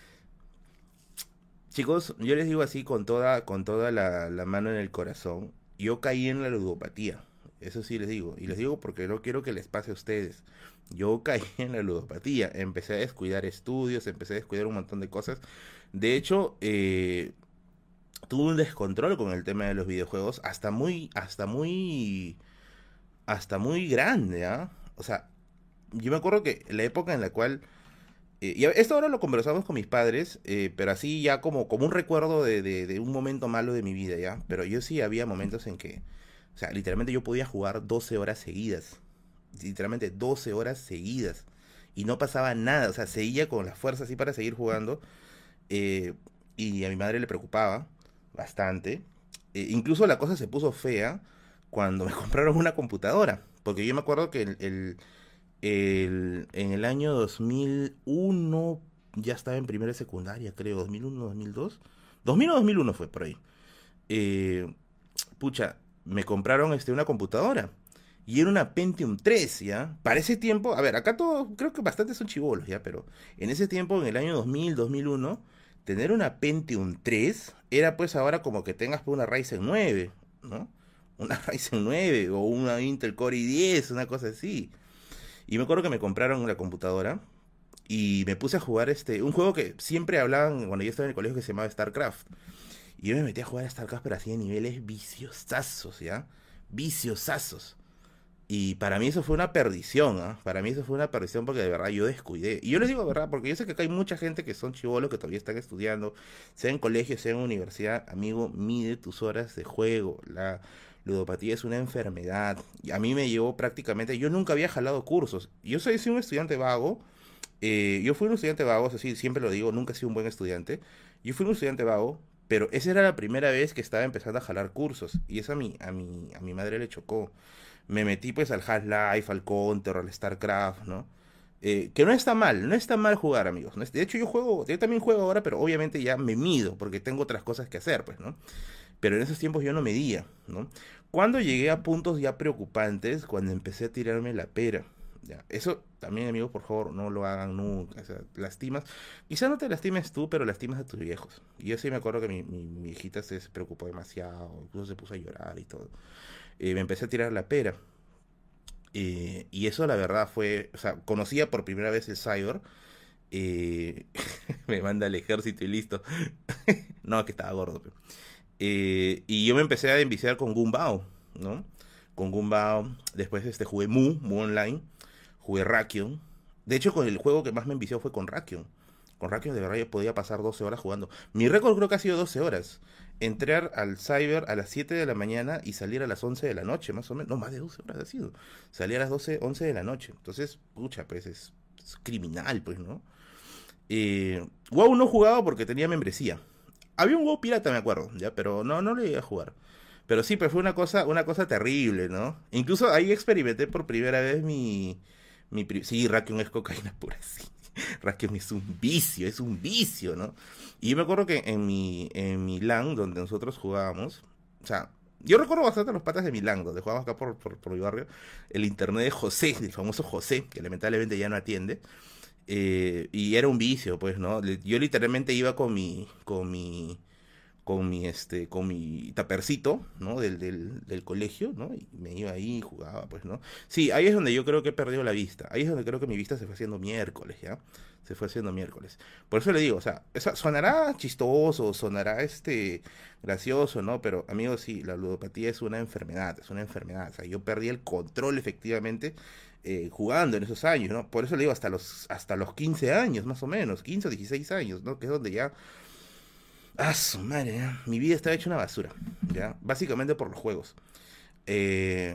Chicos, yo les digo así con toda, con toda la, la mano en el corazón. Yo caí en la ludopatía. Eso sí les digo. Y les digo porque no quiero que les pase a ustedes. Yo caí en la ludopatía. Empecé a descuidar estudios, empecé a descuidar un montón de cosas. De hecho, eh, tuve un descontrol con el tema de los videojuegos. Hasta muy, hasta muy, hasta muy grande, ¿ah? O sea, yo me acuerdo que la época en la cual eh, y esto ahora lo conversamos con mis padres, eh, pero así ya como, como un recuerdo de, de, de un momento malo de mi vida, ¿ya? Pero yo sí había momentos en que, o sea, literalmente yo podía jugar doce horas seguidas. Literalmente doce horas seguidas. Y no pasaba nada, o sea, seguía con las fuerzas así para seguir jugando. eh, y a mi madre le preocupaba bastante. Eh, incluso la cosa se puso fea cuando me compraron una computadora. Porque yo me acuerdo que el, el- el- en el año dos mil uno ya estaba en primera secundaria, creo, dos mil uno, dos mil dos. dos mil o dos mil uno fue por ahí. Eh, pucha, me compraron este, una computadora. Y era una Pentium tres, ¿ya? Para ese tiempo, a ver, acá todos, creo que bastantes son chibolos, ¿ya? Pero en ese tiempo, en el año dos mil, dos mil uno, tener una Pentium tres era pues ahora como que tengas pues, una Ryzen nueve, ¿no? Una Ryzen nueve o una Intel Core i diez, una cosa así. Y me acuerdo que me compraron la computadora y me puse a jugar este un juego que siempre hablaban cuando yo estaba en el colegio que se llamaba StarCraft. Y yo me metí a jugar a StarCraft, pero así de niveles viciosazos, ¿ya? Viciosazos. Y para mí eso fue una perdición, ¿ah? Para mí eso fue una perdición porque de verdad yo descuidé. Y yo les digo verdad, porque yo sé que acá hay mucha gente que son chibolos, que todavía están estudiando, sea en colegio, sea en universidad. Amigo, mide tus horas de juego. La ludopatía es una enfermedad. Y a mí me llevó prácticamente, yo nunca había jalado cursos. Yo soy, soy un estudiante vago. Eh, yo fui un estudiante vago, así siempre lo digo, nunca he sido un buen estudiante. Yo fui un estudiante vago, pero esa era la primera vez que estaba empezando a jalar cursos. Y eso a mi, a mi, a mi madre le chocó. Me metí pues al Half-Life, al Counter, al StarCraft, ¿no? Eh, que no está mal, no está mal jugar, amigos. No es- de hecho, yo juego, yo también juego ahora, pero obviamente ya me mido, porque tengo otras cosas que hacer, pues, ¿no? Pero en esos tiempos yo no medía, ¿no? Cuando llegué a puntos ya preocupantes, cuando empecé a tirarme la pera. Ya, eso también, amigos, por favor, no lo hagan nunca. O sea, lastimas. Quizá no te lastimes tú, pero lastimas a tus viejos. Y yo sí me acuerdo que mi, mi, mi viejita se, se preocupó demasiado, incluso se puso a llorar y todo. Eh, me empecé a tirar la pera. Eh, y eso, la verdad, fue. O sea, conocía por primera vez el Cyber. eh, Me manda al ejército y listo. No, que estaba gordo. Pe. Eh, y yo me empecé a enviciar con Gumbao, ¿no? Con Gumbao. Después este, jugué Mu, Mu Online. Jugué Rakion. De hecho, con el juego que más me envició fue con Rakion. Con Rakion de verdad yo podía pasar doce horas jugando. Mi récord creo que ha sido doce horas. Entrar al Cyber a las siete de la mañana y salir a las once de la noche, más o menos. No, más de doce horas ha sido. Salí a las doce once de la noche. Entonces, pucha, pues es, es criminal, pues, ¿no? Eh, WoW no jugaba porque tenía membresía. Había un WoW pirata, me acuerdo, ya, pero no, no le llegué a jugar. Pero sí, pues fue una cosa, una cosa terrible, ¿no? Incluso ahí experimenté por primera vez mi, mi pri- sí, Rakion es cocaína pura, sí. Rakion es un vicio, es un vicio, ¿no? Y yo me acuerdo que en mi, en mi LAN, donde nosotros jugábamos, o sea, yo recuerdo bastante los patas de mi LAN, donde jugábamos acá por, por, por mi barrio, el internet de José, el famoso José, que lamentablemente ya no atiende. Eh, y era un vicio, pues, ¿no? Le- Yo literalmente iba con mi, con mi, con mi, este, con mi tapercito, ¿no? Del, del, del colegio, ¿no? Y me iba ahí y jugaba, pues, ¿no? Sí, ahí es donde yo creo que he perdido la vista. Ahí es donde creo que mi vista se fue haciendo miércoles, ¿ya? Se fue haciendo miércoles. Por eso le digo, o sea, esa- sonará chistoso, sonará, este, gracioso, ¿no? Pero, amigos, sí, la ludopatía es una enfermedad, es una enfermedad. O sea, yo perdí el control, efectivamente, eh, jugando en esos años, ¿no? Por eso le digo, hasta los, hasta los quince años, más o menos, quince o dieciséis años, ¿no? Que es donde ya. Ah, su madre, ya. Mi vida estaba hecha una basura, ¿ya? Básicamente por los juegos. Eh,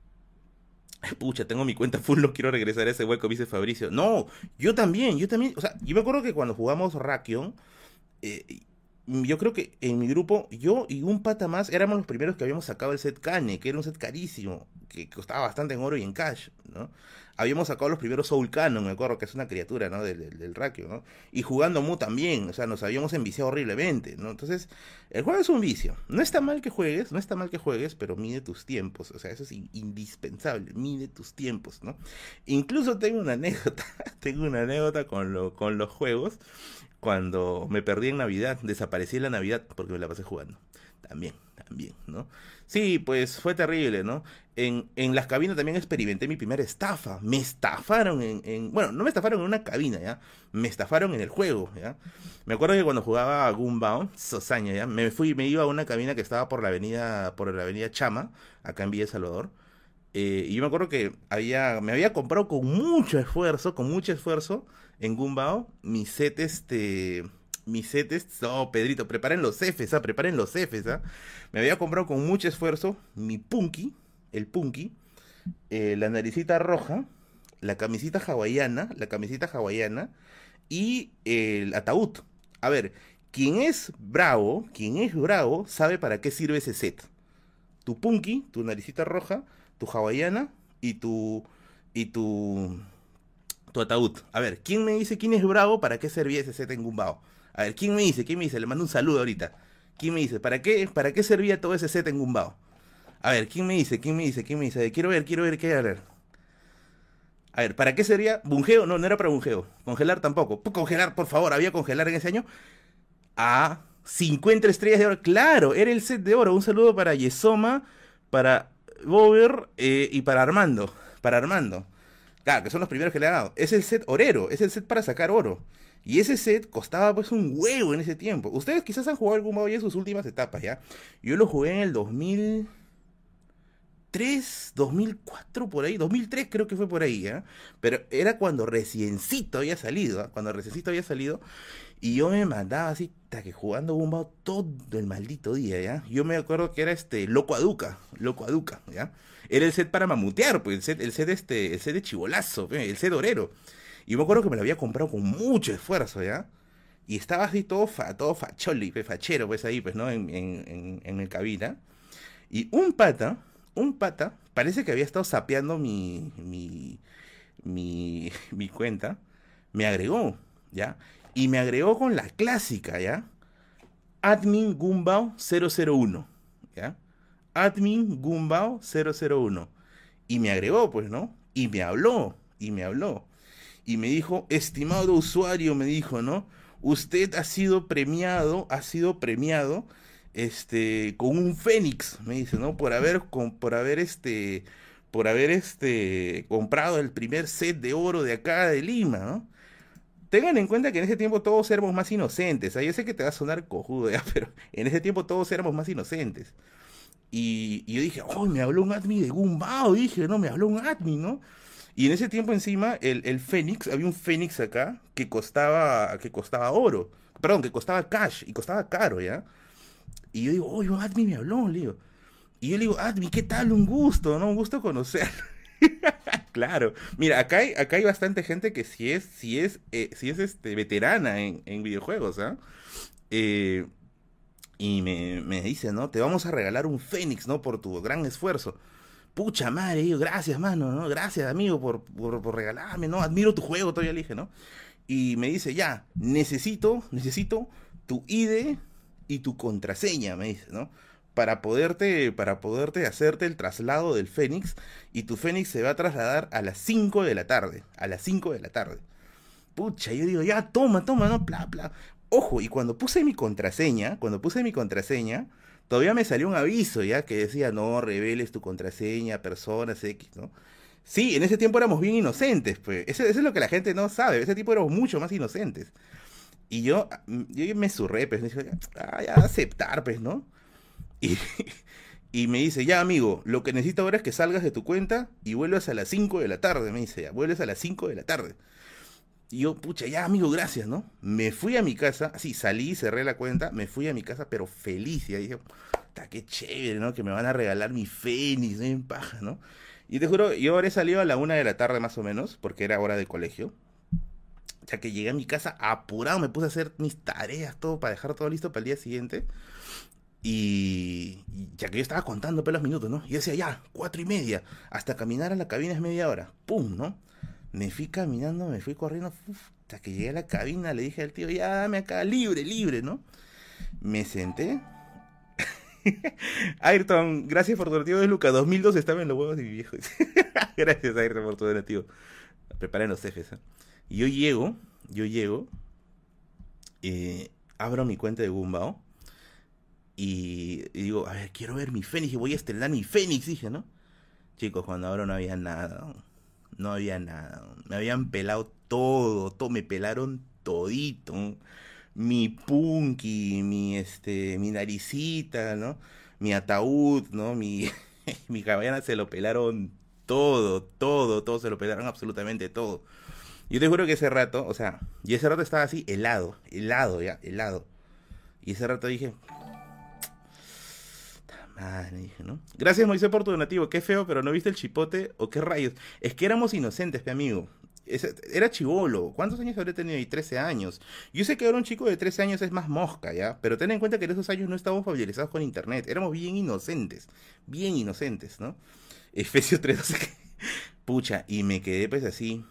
Pucha, tengo mi cuenta full, no quiero regresar a ese hueco, dice Fabricio. No, yo también, yo también. O sea, yo me acuerdo que cuando jugamos Rakion, eh, yo creo que en mi grupo, yo y un pata más éramos los primeros que habíamos sacado el set Kane, que era un set carísimo, que costaba bastante en oro y en cash, ¿no? Habíamos sacado los primeros Soul Cannon, me acuerdo que es una criatura, ¿no? Del, del, del Rakion, ¿no? Y jugando Mu también, o sea, nos habíamos enviciado horriblemente, ¿no? Entonces, el juego es un vicio. No está mal que juegues, no está mal que juegues, pero mide tus tiempos, o sea, eso es in- indispensable, mide tus tiempos, ¿no? Incluso tengo una anécdota, tengo una anécdota con, lo, con los juegos cuando me perdí en Navidad, desaparecí en la Navidad porque me la pasé jugando. También, también, ¿no? Sí, pues fue terrible, ¿no? En, en las cabinas también experimenté mi primera estafa. Me estafaron en, en- Bueno, no me estafaron en una cabina, ¿ya? Me estafaron en el juego, ¿ya? Me acuerdo que cuando jugaba a Gunbound, esos años, ¿ya? Me fui, me iba a una cabina que estaba por la avenida, por la avenida Chama, acá en Villa El Salvador. Eh, y yo me acuerdo que había, me había comprado con mucho esfuerzo, con mucho esfuerzo, en Gumbao, mi set, este, mi set, este, no, Pedrito, preparen los Fs, ¿ah? Preparen los Fs, ¿ah? Me había comprado con mucho esfuerzo mi Punky, el Punky, eh, la naricita roja, la camisita hawaiana, la camisita hawaiana y el ataúd. A ver, quien es bravo, quien es bravo, sabe para qué sirve ese set. Tu punky, tu naricita roja, tu hawaiana y tu y tu tu ataúd. A ver, ¿quién me dice quién es bravo para qué servía ese set en Gumbao? A ver, ¿quién me dice? ¿Quién me dice? Le mando un saludo ahorita. ¿Quién me dice? ¿Para qué para qué servía todo ese set en Gumbao? A ver, ¿quién me dice? ¿Quién me dice? ¿Quién me dice? A ver, quiero ver, quiero ver, qué a ver. A ver, ¿para qué servía bungeo? No, no era para bungeo. Congelar tampoco. Congelar, por favor, ¿había congelar en ese año? A cincuenta estrellas de oro. Claro, era el set de oro. Un saludo para Yesoma, para Bober, eh, y para Armando. Para Armando. Claro, que son los primeros que le han dado. Es el set orero, es el set para sacar oro. Y ese set costaba pues un huevo en ese tiempo. Ustedes quizás han jugado algún modo ya en sus últimas etapas, ¿ya? Yo lo jugué en el dos mil tres, dos mil cuatro por ahí, dos mil tres creo que fue por ahí, ¿ya? Pero era cuando reciencito había salido, ¿ah? Cuando reciencito había salido. Y yo me mandaba así, ta que jugando Gumbao todo el maldito día, ¿ya? Yo me acuerdo que era este Loco Aduca, Loco Aduca, ¿ya? Era el set para mamutear, pues, el set, el set este, el set de chibolazo, pues, el set orero. Y me acuerdo que me lo había comprado con mucho esfuerzo, ¿ya? Y estaba así todo, fa, todo facholi, pues, fachero, pues ahí, pues, ¿no? En, en, en, en el cabina. Y un pata, un pata, parece que había estado sapeando mi, mi, mi, mi cuenta, me agregó, ¿ya? Y me agregó con la clásica, ¿ya? Admin Gumbao cero cero uno, ¿ya? Admin Gumbao cero cero uno. Y me agregó, pues, ¿no? Y me habló, y me habló. Y me dijo, estimado usuario, me dijo, ¿no? Usted ha sido premiado, ha sido premiado, este, con un Fénix, me dice, ¿no? Por haber, con, por haber, este, por haber, este, comprado el primer set de oro de acá de Lima, ¿no? Tengan en cuenta que en ese tiempo todos éramos más inocentes. ¿Ah? Yo sé que te va a sonar cojudo, ¿ya? Pero en ese tiempo todos éramos más inocentes. Y, y yo dije, oh, me habló un admin de Gumbao. Dije, no, me habló un admin, ¿no? Y en ese tiempo encima, el, el Fénix, había un Fénix acá que costaba, que costaba oro. Perdón, que costaba cash y costaba caro, ¿ya? Y yo digo, oh, un admin me habló, le digo. Y yo le digo, admin, ¿qué tal? Un gusto, ¿no? Un gusto conocer. Claro, mira, acá hay, acá hay bastante gente que sí es, sí es, eh, sí es este, veterana en, en videojuegos, ¿ah? Eh, y me, me dice, ¿no? Te vamos a regalar un Fénix, ¿no? Por tu gran esfuerzo. Pucha madre, yo, gracias, mano, ¿no? Gracias, amigo, por, por, por regalarme, ¿no? Admiro tu juego, todavía le dije, ¿no? Y me dice, ya, necesito, necesito tu I D y tu contraseña, me dice, ¿no? Para poderte, para poderte hacerte el traslado del Fénix, y tu Fénix se va a trasladar a las cinco de la tarde, a las cinco de la tarde. Pucha, yo digo, ya, toma, toma, no, bla, bla. Ojo, y cuando puse mi contraseña, cuando puse mi contraseña, todavía me salió un aviso, ya, que decía, no reveles tu contraseña, personas X, ¿no? Sí, en ese tiempo éramos bien inocentes, pues. Eso, eso es lo que la gente no sabe. Ese tiempo éramos mucho más inocentes. Y yo, yo me zurré, pues, me dije, ah, ya, aceptar, pues, ¿no? Y, y me dice, ya amigo, lo que necesito ahora es que salgas de tu cuenta y vuelvas a las cinco de la tarde, me dice, ya, vuelves a las cinco de la tarde. Y yo, pucha, ya amigo, gracias, ¿no? Me fui a mi casa, así salí, cerré la cuenta, me fui a mi casa, pero feliz, y ahí dije, puta, qué chévere, ¿no? Que me van a regalar mi Fénix, ¿no? En paja, ¿no? Y te juro, yo habré salido a la una de la tarde más o menos, porque era hora de colegio. Ya que llegué a mi casa apurado, me puse a hacer mis tareas, todo, para dejar todo listo para el día siguiente. Y, y ya que yo estaba contando pelos minutos, ¿no? Y yo decía, ya, cuatro y media, hasta caminar a la cabina es media hora. ¡Pum!, ¿no? Me fui caminando, me fui corriendo, uf, hasta que llegué a la cabina, le dije al tío, ya, dame acá, libre, libre, ¿no? Me senté. Ayrton, gracias por tu donativo de Luca. dos mil dos estaba en los huevos de mi viejo. Gracias, Ayrton, por tu donativo. Preparen los jefes, ¿eh? Y yo llego, yo llego, eh, abro mi cuenta de Gumbao. Y, y digo, a ver, quiero ver mi Fénix, y voy a estrenar mi Fénix, dije, ¿no? Chicos, cuando abro no había nada, no había nada, me habían pelado todo, todo, me pelaron todito, mi punky, mi, este, mi naricita, ¿no? Mi ataúd, ¿no? Mi, mi cabana se lo pelaron todo, todo, todo, se lo pelaron absolutamente todo. Yo te juro que ese rato, o sea, y ese rato estaba así, helado, helado, ya, helado. Y ese rato dije... Ah, dije, ¿no? Gracias, Moisés, por tu donativo. Qué feo, pero no viste el chipote o qué rayos. Es que éramos inocentes, pe amigo. Ese, era chivolo. ¿Cuántos años habré tenido ahí? trece años. Yo sé que ahora un chico de trece años es más mosca, ¿ya? Pero ten en cuenta que en esos años no estábamos familiarizados con internet. Éramos bien inocentes. Bien inocentes, ¿no? Efesios tres doce. Pucha, y me quedé pues así.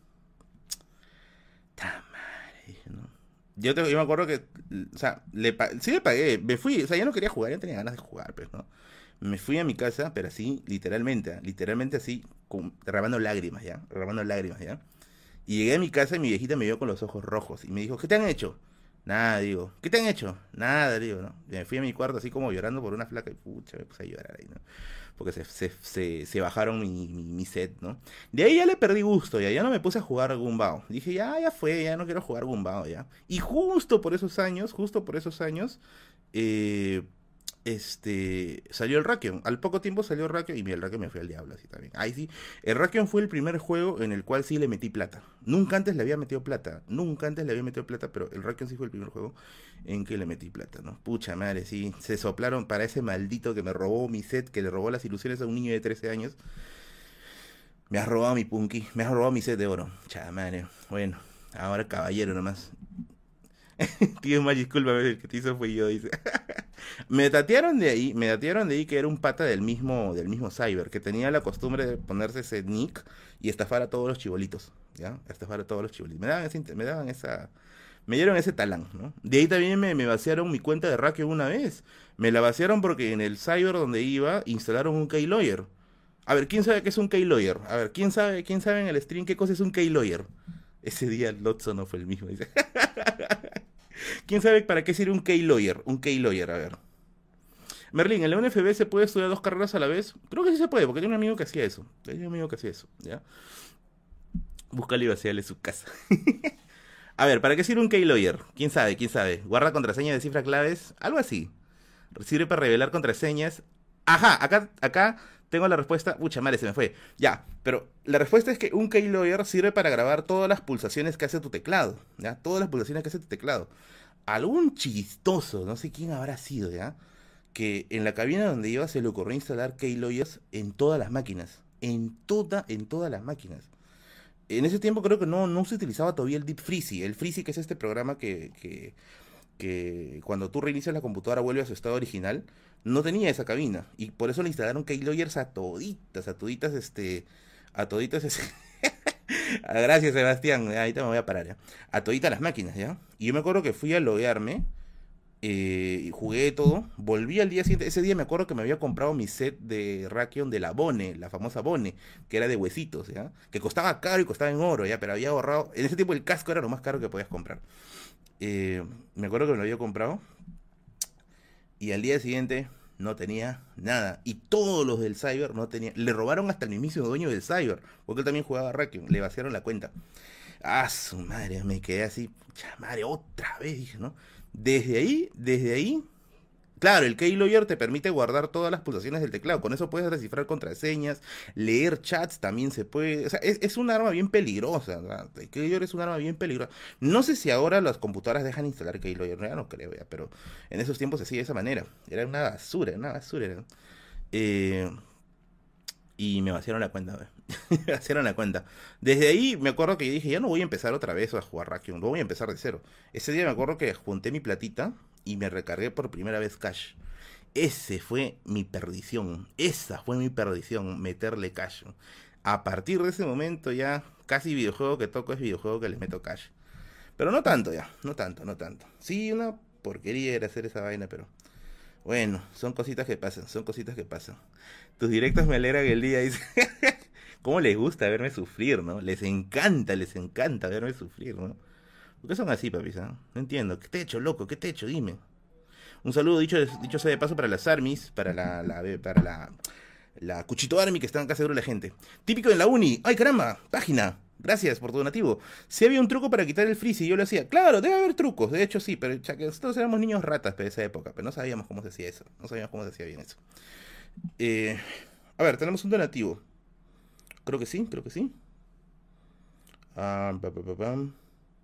Ta madre, dije, ¿no? Yo, te, yo me acuerdo que, o sea, le, sí le pagué, me fui, o sea, ya no quería jugar, ya no tenía ganas de jugar, pues, ¿no? Me fui a mi casa, pero así, literalmente, ¿eh? Literalmente así, con, derramando lágrimas, ¿ya? Derramando lágrimas, ¿ya? Y llegué a mi casa y mi viejita me vio con los ojos rojos y me dijo, ¿qué te han hecho? Nada, digo, ¿qué te han hecho? Nada, digo, ¿no? Y me fui a mi cuarto así como llorando por una flaca y pucha, me puse a llorar ahí, ¿no? porque se, se, se, se bajaron mi, mi, mi set, ¿no? De ahí ya le perdí gusto, ya, ya no me puse a jugar Gumbao. Dije, ya, ya fue, ya no quiero jugar Gumbao, ya. Y justo por esos años, justo por esos años, eh, este, salió el Rakion. Al poco tiempo salió el Rakion y mira, el Rakion me fue al diablo así también. Ahí sí, el Rakion fue el primer juego en el cual sí le metí plata. Nunca antes le había metido plata, nunca antes le había metido plata, pero el Rakion sí fue el primer juego en que le metí plata, ¿no? Pucha madre, sí, se soplaron para ese maldito que me robó mi set, que le robó las ilusiones a un niño de trece años. Me has robado mi Punky, me has robado mi set de oro. Chá madre, bueno, ahora caballero nomás. Tío, más discúlpame, el que te hizo fue yo, dice. Me datearon de ahí, me datearon de ahí que era un pata del mismo, del mismo cyber, que tenía la costumbre de ponerse ese nick y estafar a todos los chibolitos, ¿ya? Estafar a todos los chibolitos. Me daban, ese, me daban esa, me dieron ese talán, ¿no? De ahí también me, me vaciaron mi cuenta de Rakion una vez. Me la vaciaron porque en el cyber donde iba instalaron un keylawyer. A ver, ¿quién sabe qué es un keylawyer? A ver, ¿quién sabe, quién sabe en el stream qué cosa es un keylawyer? Ese día el Lotso no fue el mismo, dice. ¿Quién sabe para qué sirve un keylawyer? Un keylawyer, a ver. Merlin, ¿en la U N F B se puede estudiar dos carreras a la vez? Creo que sí se puede, porque tengo un amigo que hacía eso. Tengo un amigo que hacía eso, ¿ya? Búscale y vacíale su casa. A ver, ¿para qué sirve un keylawyer? ¿Quién sabe? ¿Quién sabe? ¿Guarda contraseñas de cifras claves? Algo así. ¿Sirve para revelar contraseñas? Ajá, acá, acá tengo la respuesta. Pucha madre, se me fue. Ya, pero la respuesta es que un keylawyer sirve para grabar todas las pulsaciones que hace tu teclado, ¿ya? Todas las pulsaciones que hace tu teclado. Algún chistoso, no sé quién habrá sido, ¿ya? Que en la cabina donde iba se le ocurrió instalar keylawyers en todas las máquinas. En toda, en todas las máquinas. En ese tiempo creo que no, no se utilizaba todavía el Deep Freezy. El Freezy, que es este programa que, que, que cuando tú reinicias la computadora vuelve a su estado original, no tenía esa cabina. Y por eso le instalaron keylawyers a toditas, a toditas, este, a toditas, este, gracias Sebastián, ahorita me voy a parar ya. A toditas las máquinas, ¿ya? Y yo me acuerdo que fui a loguearme, eh, jugué todo, volví al día siguiente. Ese día me acuerdo que me había comprado mi set de Rakion de la Bone, la famosa Bone, que era de huesitos, ¿ya? Que costaba caro y costaba en oro, ¿ya? Pero había ahorrado. En ese tiempo el casco era lo más caro que podías comprar. Eh, me acuerdo que me lo había comprado y al día siguiente no tenía nada. Y todos los del Cyber no tenían. Le robaron hasta el mismísimo dueño del Cyber, porque él también jugaba Rakion. Le vaciaron la cuenta. Ah, su madre, me quedé así. Madre, otra vez, dije, ¿no? Desde ahí, desde ahí. Claro, el keylawyer te permite guardar todas las pulsaciones del teclado. Con eso puedes descifrar contraseñas, leer chats también se puede. O sea, es, es un arma bien peligrosa, ¿verdad? El keylawyer es un arma bien peligrosa. No sé si ahora las computadoras dejan instalar keylawyer, no, ya no creo ya, pero en esos tiempos se hacía de esa manera. Era una basura, una basura. ¿No? Eh, y me vaciaron la cuenta, ¿ve? Me vaciaron la cuenta. Desde ahí me acuerdo que yo dije, ya no voy a empezar otra vez a jugar Rakion, no voy a empezar de cero. Ese día me acuerdo que junté mi platita y me recargué por primera vez cash. Ese fue mi perdición. Esa fue mi perdición, meterle cash. A partir de ese momento ya casi videojuego que toco es videojuego que les meto cash. Pero no tanto ya, no tanto, no tanto. Sí, una porquería era hacer esa vaina, pero bueno, son cositas que pasan, son cositas que pasan. Tus directos me alegran el día, dice. ¿Cómo les gusta verme sufrir, no? Les encanta, les encanta verme sufrir, ¿no? ¿Por qué son así, papis? ¿Eh? No entiendo. ¿Qué te he hecho, loco? ¿Qué te he hecho? Dime. Un saludo, dicho, dicho sea de paso, para las armies, para la, la para la, la Cuchito Army, que están acá seguro la gente. Típico en la uni. ¡Ay, caramba! Página. Gracias por tu donativo. Si había un truco para quitar el freeze y yo lo hacía. Claro, debe haber trucos. De hecho, sí, pero ya que nosotros éramos niños ratas de esa época, pero no sabíamos cómo se hacía eso. No sabíamos cómo se hacía bien eso. Eh, a ver, tenemos un donativo. Creo que sí, creo que sí. Ah, pa, pa, pa, pam.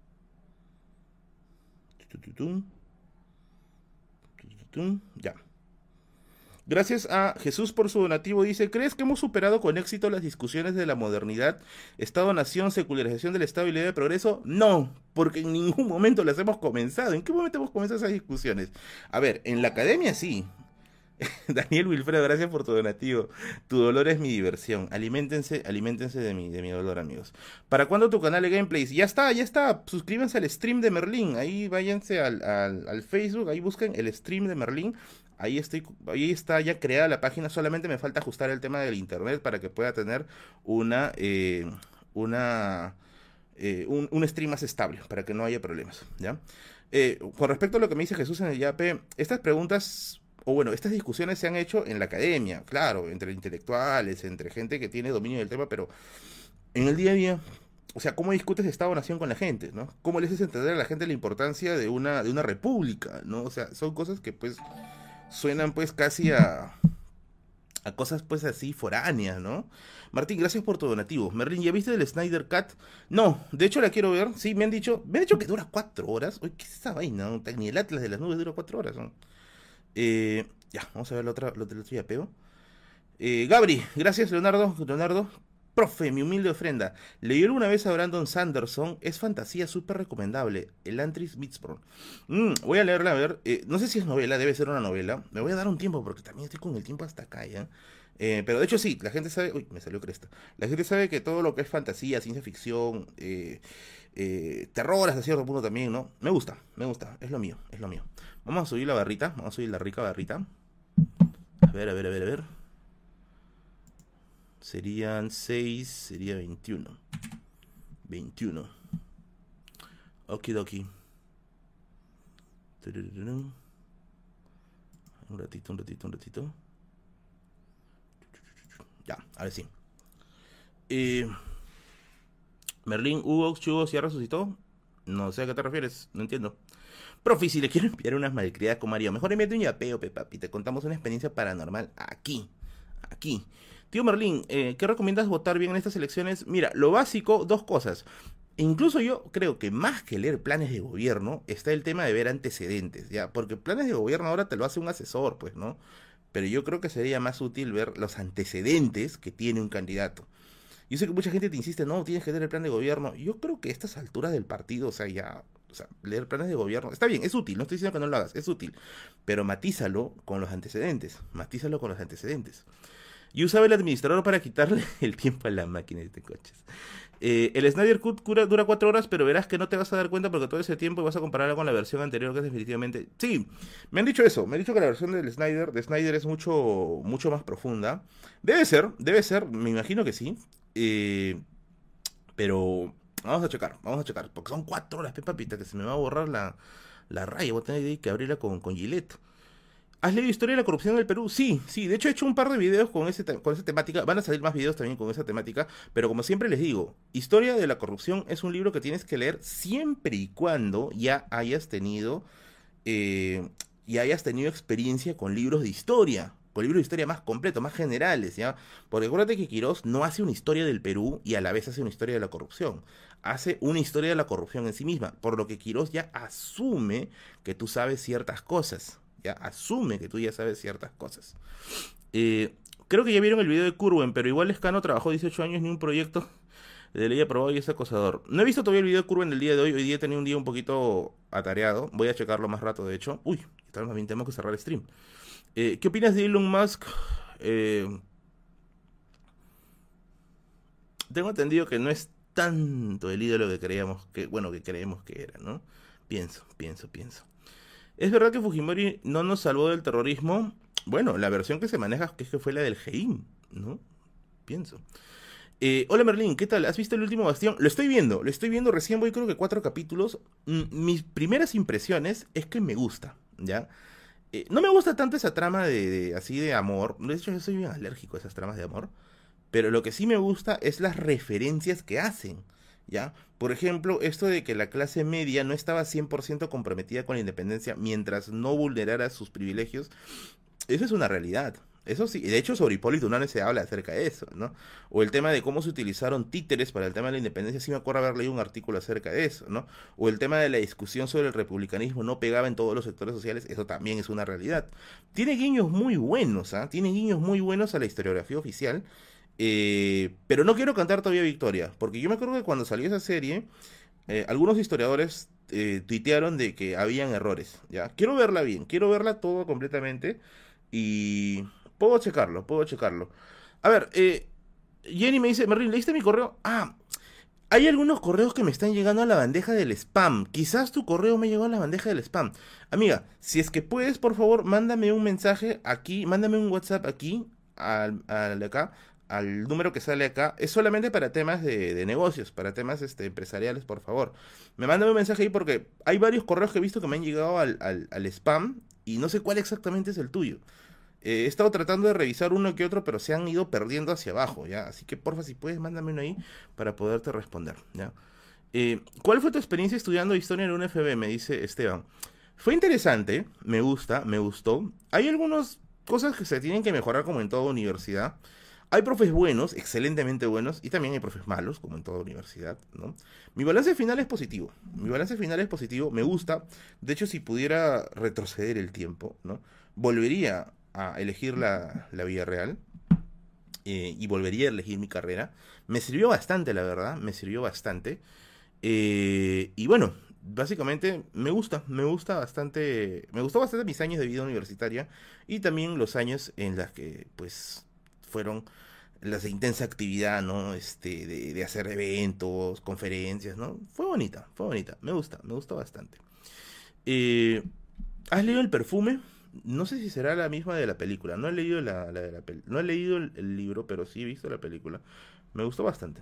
Ya. Gracias a Jesús por su donativo. Dice, ¿crees que hemos superado con éxito las discusiones de la modernidad, Estado-Nación, secularización del Estado y ley de progreso? No, porque en ningún momento las hemos comenzado. ¿En qué momento hemos comenzado esas discusiones? A ver, en la academia sí. Daniel Wilfredo, gracias por tu donativo. Tu dolor es mi diversión. Aliméntense, aliméntense de mi, de mi dolor, amigos. ¿Para cuándo tu canal de gameplays? Ya está, ya está. Suscríbanse al stream de Merlin. Ahí váyanse al, al, al Facebook, ahí busquen el stream de Merlin. Ahí, estoy, ahí está ya creada la página. Solamente me falta ajustar el tema del internet para que pueda tener una, eh, una, eh, un, un stream más estable, para que no haya problemas, ¿ya? Eh, con respecto a lo que me dice Jesús en el Yape, estas preguntas o bueno, estas discusiones se han hecho en la academia, claro, entre intelectuales, entre gente que tiene dominio del tema, pero en el día a día, o sea, ¿cómo discutes Estado-Nación con la gente, ¿no? ¿Cómo le haces entender a la gente la importancia de una, de una república, ¿no? O sea, son cosas que pues suenan pues casi a, a cosas pues así foráneas, ¿no? Martín, gracias por tu donativo. Merlin, ¿ya viste el Snyder Cut? No, de hecho la quiero ver, sí, me han dicho, me han dicho que dura cuatro horas. Oye, ¿qué es esa vaina? ¿No? Ni el Atlas de las Nubes dura cuatro horas, ¿no? Eh, ya, vamos a ver la otra, lo del otro yapeo. Eh, Gabri, gracias Leonardo, Leonardo. Profe, mi humilde ofrenda. Leí alguna vez a Brandon Sanderson, es fantasía súper recomendable. El Antris Mistborn. Mm, voy a leerla a ver. Eh, no sé si es novela, debe ser una novela. Me voy a dar un tiempo porque también estoy con el tiempo hasta acá ya. Eh, pero de hecho sí, la gente sabe. Uy, me salió cresta. La gente sabe que todo lo que es fantasía, ciencia ficción, eh, eh, terror hasta cierto punto también, ¿no? Me gusta, me gusta. Es lo mío, es lo mío. Vamos a subir la barrita, vamos a subir la rica barrita. A ver, a ver, a ver, a ver. Serían seis, sería veintiuno. veintiuno. Okidoki. Un ratito, un ratito, un ratito. Ya, ahora sí. Eh, Merlín, Hugo, Chugos, ¿ya resucitó? No sé a qué te refieres, no entiendo. Profi, si le quiero enviar unas malcriadas con Mario, mejor envíate un yapeo, pe papi. Te contamos una experiencia paranormal aquí. Aquí. Tío Merlín, eh, ¿qué recomiendas votar bien en estas elecciones? Mira, lo básico, dos cosas. Incluso yo creo que más que leer planes de gobierno, está el tema de ver antecedentes, ¿ya? Porque planes de gobierno ahora te lo hace un asesor, pues, ¿no? Pero yo creo que sería más útil ver los antecedentes que tiene un candidato. Yo sé que mucha gente te insiste, no, tienes que leer el plan de gobierno. Yo creo que a estas alturas del partido, o sea, ya, o sea, leer planes de gobierno, está bien, es útil, no estoy diciendo que no lo hagas, es útil, pero matízalo con los antecedentes, matízalo con los antecedentes. Yo usaba el administrador para quitarle el tiempo a la máquina de coches. Eh, el Snyder Cut cura, dura cuatro horas, pero verás que no te vas a dar cuenta porque todo ese tiempo vas a compararla con la versión anterior, que es definitivamente... Sí, me han dicho eso, me han dicho que la versión del Snyder, de Snyder es mucho, mucho más profunda. Debe ser, debe ser, me imagino que sí. Eh, pero vamos a checar, vamos a checar, porque son cuatro horas, pe papita, que se me va a borrar la, la raya, voy a tener que abrirla con, con Gillette. ¿Has leído Historia de la corrupción del Perú? Sí, sí, de hecho he hecho un par de videos con, ese, con esa temática, van a salir más videos también con esa temática, pero como siempre les digo, Historia de la corrupción es un libro que tienes que leer siempre y cuando ya hayas tenido, eh, ya hayas tenido experiencia con libros de historia, con libros de historia más completos, más generales, ¿ya? Porque acuérdate que Quirós no hace una historia del Perú y a la vez hace una historia de la corrupción, hace una historia de la corrupción en sí misma, por lo que Quirós ya asume que tú sabes ciertas cosas. Ya asume que tú ya sabes ciertas cosas. Eh, creo que ya vieron el video de Curwen, pero igual Escano trabajó dieciocho años en un proyecto de ley aprobado y es acosador. No he visto todavía el video de Curwen del día de hoy. Hoy día he tenido un día un poquito atareado. Voy a checarlo más rato, de hecho. Uy, tal vez bien tenemos que cerrar el stream. Eh, ¿Qué opinas de Elon Musk? Eh, tengo entendido que no es tanto el ídolo que creíamos que, bueno, que creemos que era, ¿no? Pienso, pienso, pienso. ¿Es verdad que Fujimori no nos salvó del terrorismo? Bueno, la versión que se maneja que es que fue la del G I M, ¿no? Pienso. Eh, hola Merlín, ¿qué tal? ¿Has visto el último Bastión? Lo estoy viendo, lo estoy viendo recién, voy creo que cuatro capítulos. Mm, mis primeras impresiones es que me gusta, ¿ya? Eh, no me gusta tanto esa trama de, de así de amor. De hecho, yo soy bien alérgico a esas tramas de amor. Pero lo que sí me gusta es las referencias que hacen, ¿ya? Por ejemplo, esto de que la clase media no estaba cien por ciento comprometida con la independencia mientras no vulnerara sus privilegios, eso es una realidad. Eso sí, de hecho sobre Hipólito Unanue se habla acerca de eso, ¿no? O el tema de cómo se utilizaron títeres para el tema de la independencia, sí me acuerdo haber leído un artículo acerca de eso, ¿no? O el tema de la discusión sobre el republicanismo no pegaba en todos los sectores sociales, eso también es una realidad. Tiene guiños muy buenos, ¿ah? ¿eh? Tiene guiños muy buenos a la historiografía oficial. Eh, pero no quiero cantar todavía victoria, porque yo me acuerdo que cuando salió esa serie, eh, algunos historiadores eh, tuitearon de que habían errores, ¿ya? Quiero verla bien, quiero verla todo completamente y puedo checarlo, puedo checarlo. A ver, eh, Jenny me dice, Merlin, ¿leíste mi correo? Ah, hay algunos correos que me están llegando a la bandeja del spam. Quizás tu correo me llegó a la bandeja del spam. Amiga, si es que puedes, por favor, mándame un mensaje aquí, mándame un WhatsApp aquí, al, al acá, al número que sale acá. Es solamente para temas de, de negocios, para temas este, empresariales, por favor. Me mándame un mensaje ahí porque hay varios correos que he visto que me han llegado al, al, al spam y no sé cuál exactamente es el tuyo. Eh, he estado tratando de revisar uno que otro, pero se han ido perdiendo hacia abajo, ¿ya? Así que porfa, si puedes, mándame uno ahí para poderte responder, ¿ya? Eh, ¿cuál fue tu experiencia estudiando historia en un F B? Me dice Esteban. Fue interesante, me gusta, me gustó. Hay algunas cosas que se tienen que mejorar como en toda universidad. Hay profes buenos, excelentemente buenos, y también hay profes malos, como en toda universidad, ¿no? Mi balance final es positivo. Mi balance final es positivo, me gusta. De hecho, si pudiera retroceder el tiempo, ¿no? Volvería a elegir la, la vía real eh, y volvería a elegir mi carrera. Me sirvió bastante, la verdad, me sirvió bastante. Eh, y bueno, básicamente me gusta, me gusta bastante, me gustó bastante mis años de vida universitaria y también los años en las que, pues, fueron las de intensa actividad, ¿no? Este, de, de hacer eventos, conferencias, ¿no? Fue bonita, fue bonita, me gusta, me gustó bastante. Eh, ¿Has leído El perfume? No sé si será la misma de la película. No he leído la, la de la pel- no he leído el, el libro, pero sí he visto la película. Me gustó bastante.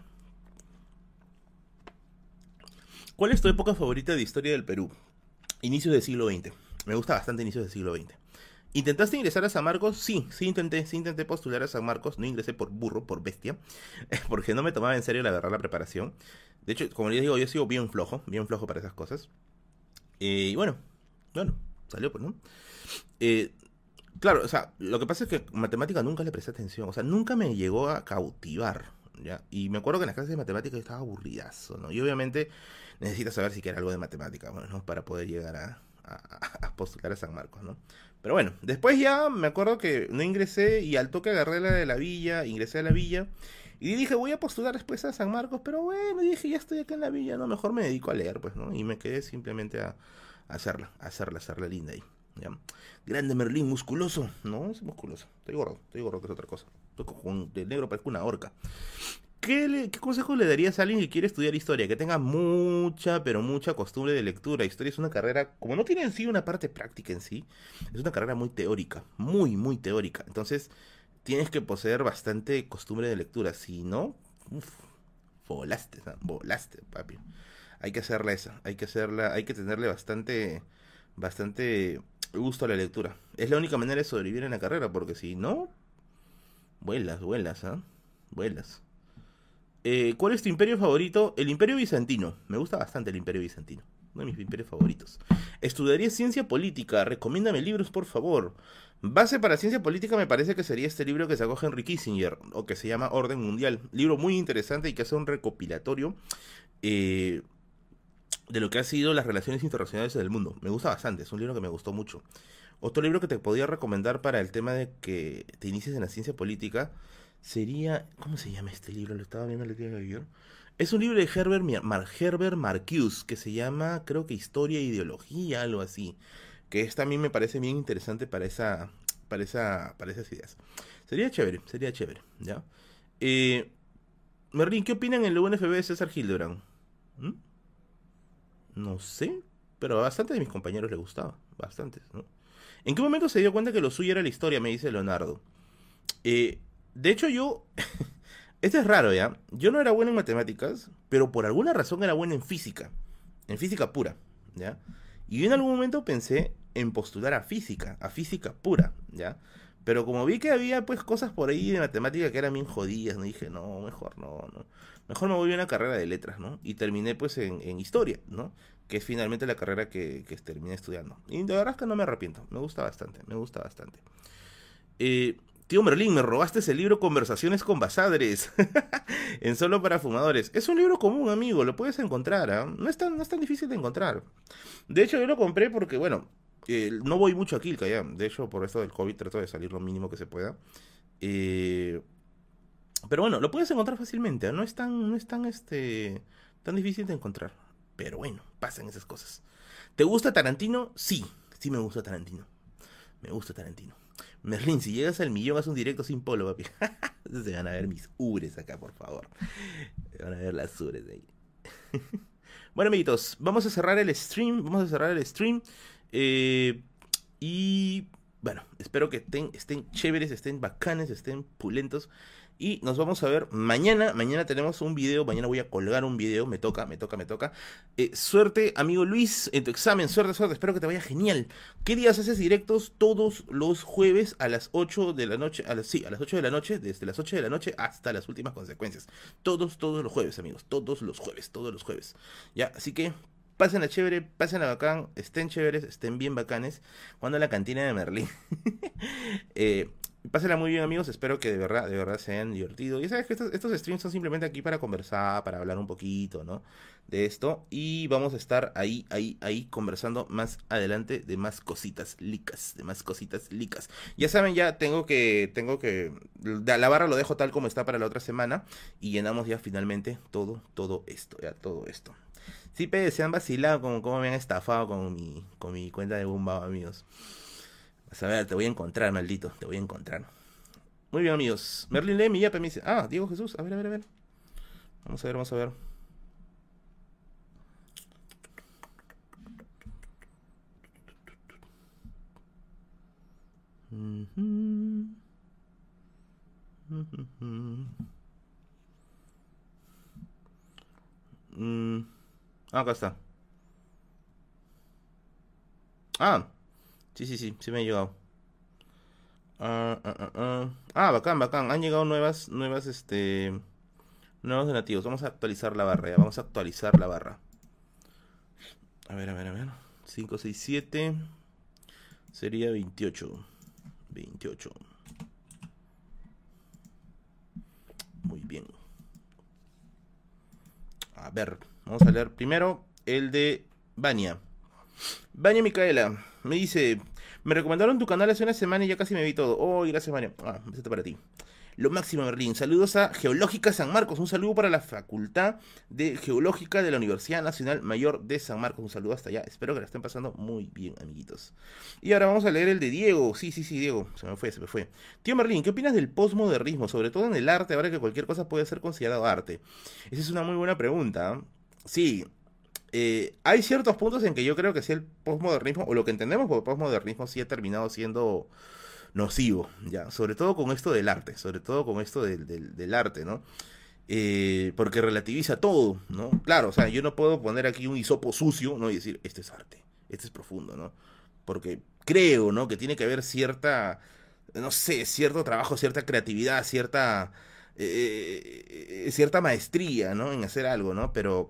¿Cuál es tu época favorita de historia del Perú? Inicios del siglo veinte. Me gusta bastante inicios del siglo veinte. ¿Intentaste ingresar a San Marcos? Sí, sí intenté, sí intenté postular a San Marcos. No ingresé por burro, por bestia, porque no me tomaba en serio la verdad la preparación. De hecho, como les digo, yo sigo bien flojo, bien flojo para esas cosas. Eh, y bueno, bueno, salió pues, ¿no? Eh, claro, o sea, lo que pasa es que matemática nunca le presté atención, o sea, nunca me llegó a cautivar, ¿ya? Y me acuerdo que en las clases de matemática yo estaba aburridazo, ¿no? Y obviamente necesitas saber si quiere algo de matemática, bueno, ¿no? Para poder llegar a, a, a postular a San Marcos, ¿no? Pero bueno, después ya me acuerdo que no ingresé y al toque agarré la de la villa, ingresé a la villa y dije voy a postular después a San Marcos, pero bueno, dije ya estoy acá en la villa, ¿no? Mejor me dedico a leer, pues, ¿no? Y me quedé simplemente a, a hacerla, a hacerla, a hacerla linda ahí. ¿Ya? Grande Merlín, musculoso. No, es musculoso. Estoy gordo, estoy gordo, que es otra cosa. Estoy con, de negro, parezco una horca. ¿Qué, le, ¿Qué consejo le darías a alguien que quiere estudiar historia? Que tenga mucha, pero mucha costumbre de lectura. Historia es una carrera, como no tiene en sí una parte práctica en sí, es una carrera muy teórica, muy, muy teórica. Entonces, tienes que poseer bastante costumbre de lectura. Si no, uff, volaste, ¿no? Volaste, papi. Hay que hacerla esa, hay que hacerla, hay que tenerle bastante, bastante gusto a la lectura. Es la única manera de sobrevivir en la carrera, porque si no, vuelas, vuelas, ¿ah? Vuelas. Eh, ¿cuál es tu imperio favorito? El Imperio Bizantino. Me gusta bastante el Imperio Bizantino. Uno de mis imperios favoritos. Estudiaría ciencia política. Recomiéndame libros, por favor. Base para ciencia política me parece que sería este libro que sacó Henry Kissinger, o que se llama Orden Mundial. Libro muy interesante y que hace un recopilatorio eh, de lo que ha sido las relaciones internacionales del mundo. Me gusta bastante, es un libro que me gustó mucho. Otro libro que te podría recomendar para el tema de que te inicies en la ciencia política sería... ¿Cómo se llama este libro? Lo estaba viendo el día de ayer. Es un libro de Herbert, Mar Herbert Marcuse que se llama, creo que Historia e Ideología, algo así. Que es, también me parece bien interesante para esa, para esa, para esas ideas. Sería chévere, sería chévere, ¿ya? Eh, Merlin, ¿qué opinan en el U N F B de César Hildebrand? ¿Mm? No sé, pero a bastante de mis compañeros les gustaba, bastantes, ¿no? ¿En qué momento se dio cuenta que lo suyo era la historia? Me dice Leonardo. Eh, de hecho yo, esto es raro, ¿ya? Yo no era bueno en matemáticas, pero por alguna razón era bueno en física, en física pura, ¿ya? Y yo en algún momento pensé en postular a física, a física pura, ¿ya? Pero como vi que había pues cosas por ahí de matemática que eran bien jodidas, no dije, no, mejor no, no. Mejor me voy a una carrera de letras, ¿no? Y terminé pues en, en historia, ¿no? Que es finalmente la carrera que, que terminé estudiando. Y de verdad es que no me arrepiento, me gusta bastante, me gusta bastante. Eh, tío Merlín, me robaste ese libro Conversaciones con Basadres en Solo para Fumadores. Es un libro común, amigo, lo puedes encontrar, ¿eh? No es tan, no es tan difícil de encontrar. De hecho, yo lo compré porque, bueno, eh, no voy mucho a Quilca ya. De hecho, por esto del COVID trato de salir lo mínimo que se pueda. Eh, pero bueno, lo puedes encontrar fácilmente, ¿eh? No es tan, no es tan, este, tan difícil de encontrar. Pero bueno, pasan esas cosas. ¿Te gusta Tarantino? Sí, sí me gusta Tarantino. Me gusta Tarantino. Merlin, si llegas al millón, haz un directo sin polo, papi. Se van a ver mis ubres acá, por favor. Se van a ver las ubres de ahí. Bueno, amiguitos, vamos a cerrar el stream. Vamos a cerrar el stream. Eh, y bueno, espero que estén, estén chéveres, estén bacanes, estén pulentos. Y nos vamos a ver mañana. Mañana tenemos un video. Mañana voy a colgar un video. Me toca, me toca, me toca. Eh, suerte, amigo Luis, en tu examen. Suerte, suerte. Espero que te vaya genial. ¿Qué días haces directos? Todos los jueves a las ocho de la noche. A las, sí, a las ocho de la noche. Desde las ocho de la noche hasta las últimas consecuencias. Todos, todos los jueves, amigos. Todos los jueves, todos los jueves. Ya, así que pasen a chévere, pasen a bacán, estén chéveres, estén bien bacanes. Cuando la cantina de Merlín. eh, Pásenla muy bien, amigos. Espero que de verdad, de verdad se hayan divertido. Y sabes que estos, estos streams son simplemente aquí para conversar, para hablar un poquito, ¿no? De esto. Y vamos a estar ahí, ahí, ahí conversando más adelante de más cositas licas, de más cositas licas. Ya saben, ya tengo que, tengo que, la barra lo dejo tal como está para la otra semana. Y llenamos ya finalmente todo, todo esto, ya todo esto. Sí, pe, se han vacilado con cómo me han estafado con mi, con mi cuenta de Bumbao, amigos. Vas a ver, te voy a encontrar, maldito, te voy a encontrar. Muy bien, amigos. Merlin lee mi yape, me dice. Ah, Diego Jesús, a ver, a ver, a ver. Vamos a ver, vamos a ver. Mm-hmm. Mm-hmm. Mm. Ah, acá está. Ah, sí, sí, sí, sí me ha llegado. Ah, ah, ah, ah. Ah, bacán, bacán. Han llegado nuevas, nuevas, este, nuevos donativos. Vamos a actualizar la barra, ya. Vamos a actualizar la barra. A ver, a ver, a ver. cinco, seis, siete. Sería veintiocho. veintiocho. Muy bien. A ver, vamos a leer primero el de Vania. Vania Micaela me dice: me recomendaron tu canal hace una semana y ya casi me vi todo. Oh, gracias, Vania. Ah, un besito para ti. Lo máximo, Merlín. Saludos a Geológica San Marcos. Un saludo para la Facultad de Geológica de la Universidad Nacional Mayor de San Marcos. Un saludo hasta allá. Espero que la estén pasando muy bien, amiguitos. Y ahora vamos a leer el de Diego. Sí, sí, sí, Diego. Se me fue, se me fue. Tío Merlín, ¿qué opinas del posmodernismo? Sobre todo en el arte, ahora que cualquier cosa puede ser considerado arte. Esa es una muy buena pregunta. Sí. Eh, hay ciertos puntos en que yo creo que sí el posmodernismo, o lo que entendemos por posmodernismo, sí ha terminado siendo nocivo, ya, sobre todo con esto del arte, sobre todo con esto del, del, del arte, ¿no? Eh, porque relativiza todo, ¿no? Claro, o sea, yo no puedo poner aquí un hisopo sucio, ¿no? Y decir, este es arte, este es profundo, ¿no? Porque creo, ¿no? Que tiene que haber cierta, no sé, cierto trabajo, cierta creatividad, cierta, eh, eh, cierta maestría, ¿no? En hacer algo, ¿no? Pero,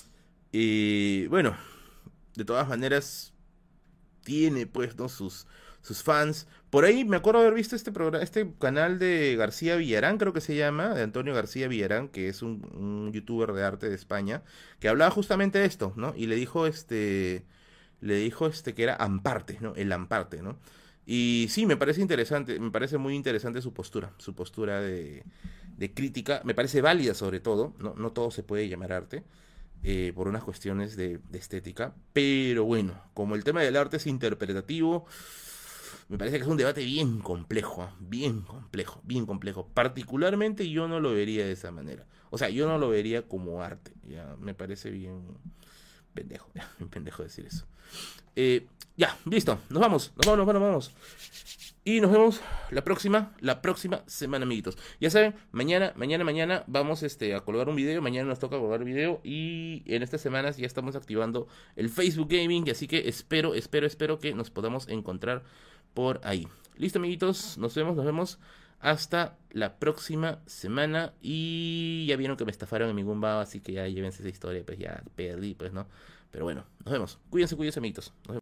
eh, bueno, de todas maneras tiene pues, ¿no? sus, sus fans. Por ahí me acuerdo haber visto este programa, este canal de García Villarán, creo que se llama, de Antonio García Villarán, que es un, un youtuber de arte de España, que hablaba justamente de esto, ¿no? Y le dijo este, le dijo este que era Amparte, ¿no? El Amparte, ¿no? Y sí, me parece interesante, me parece muy interesante su postura, su postura de, de crítica, me parece válida sobre todo, ¿no? No todo se puede llamar arte, eh, por unas cuestiones de, de estética. Pero bueno, como el tema del arte es interpretativo, me parece que es un debate bien complejo, ¿eh? Bien complejo, bien complejo. Particularmente yo no lo vería de esa manera. O sea, yo no lo vería como arte. Ya me parece bien pendejo, ya, bien pendejo decir eso. Eh, ya, listo, nos vamos, nos vamos, nos vamos, nos vamos. Y nos vemos la próxima, la próxima semana, amiguitos. Ya saben, mañana, mañana, mañana vamos este, a colgar un video. Mañana nos toca colgar un video. Y en estas semanas ya estamos activando el Facebook Gaming. Así que espero, espero, espero que nos podamos encontrar por ahí. Listo, amiguitos. Nos vemos, nos vemos. Hasta la próxima semana. Y ya vieron que me estafaron en mi Gumbao. Así que ya llévense esa historia. Pues ya perdí, pues, ¿no? Pero bueno, nos vemos. Cuídense, cuídense, amiguitos. Nos vemos.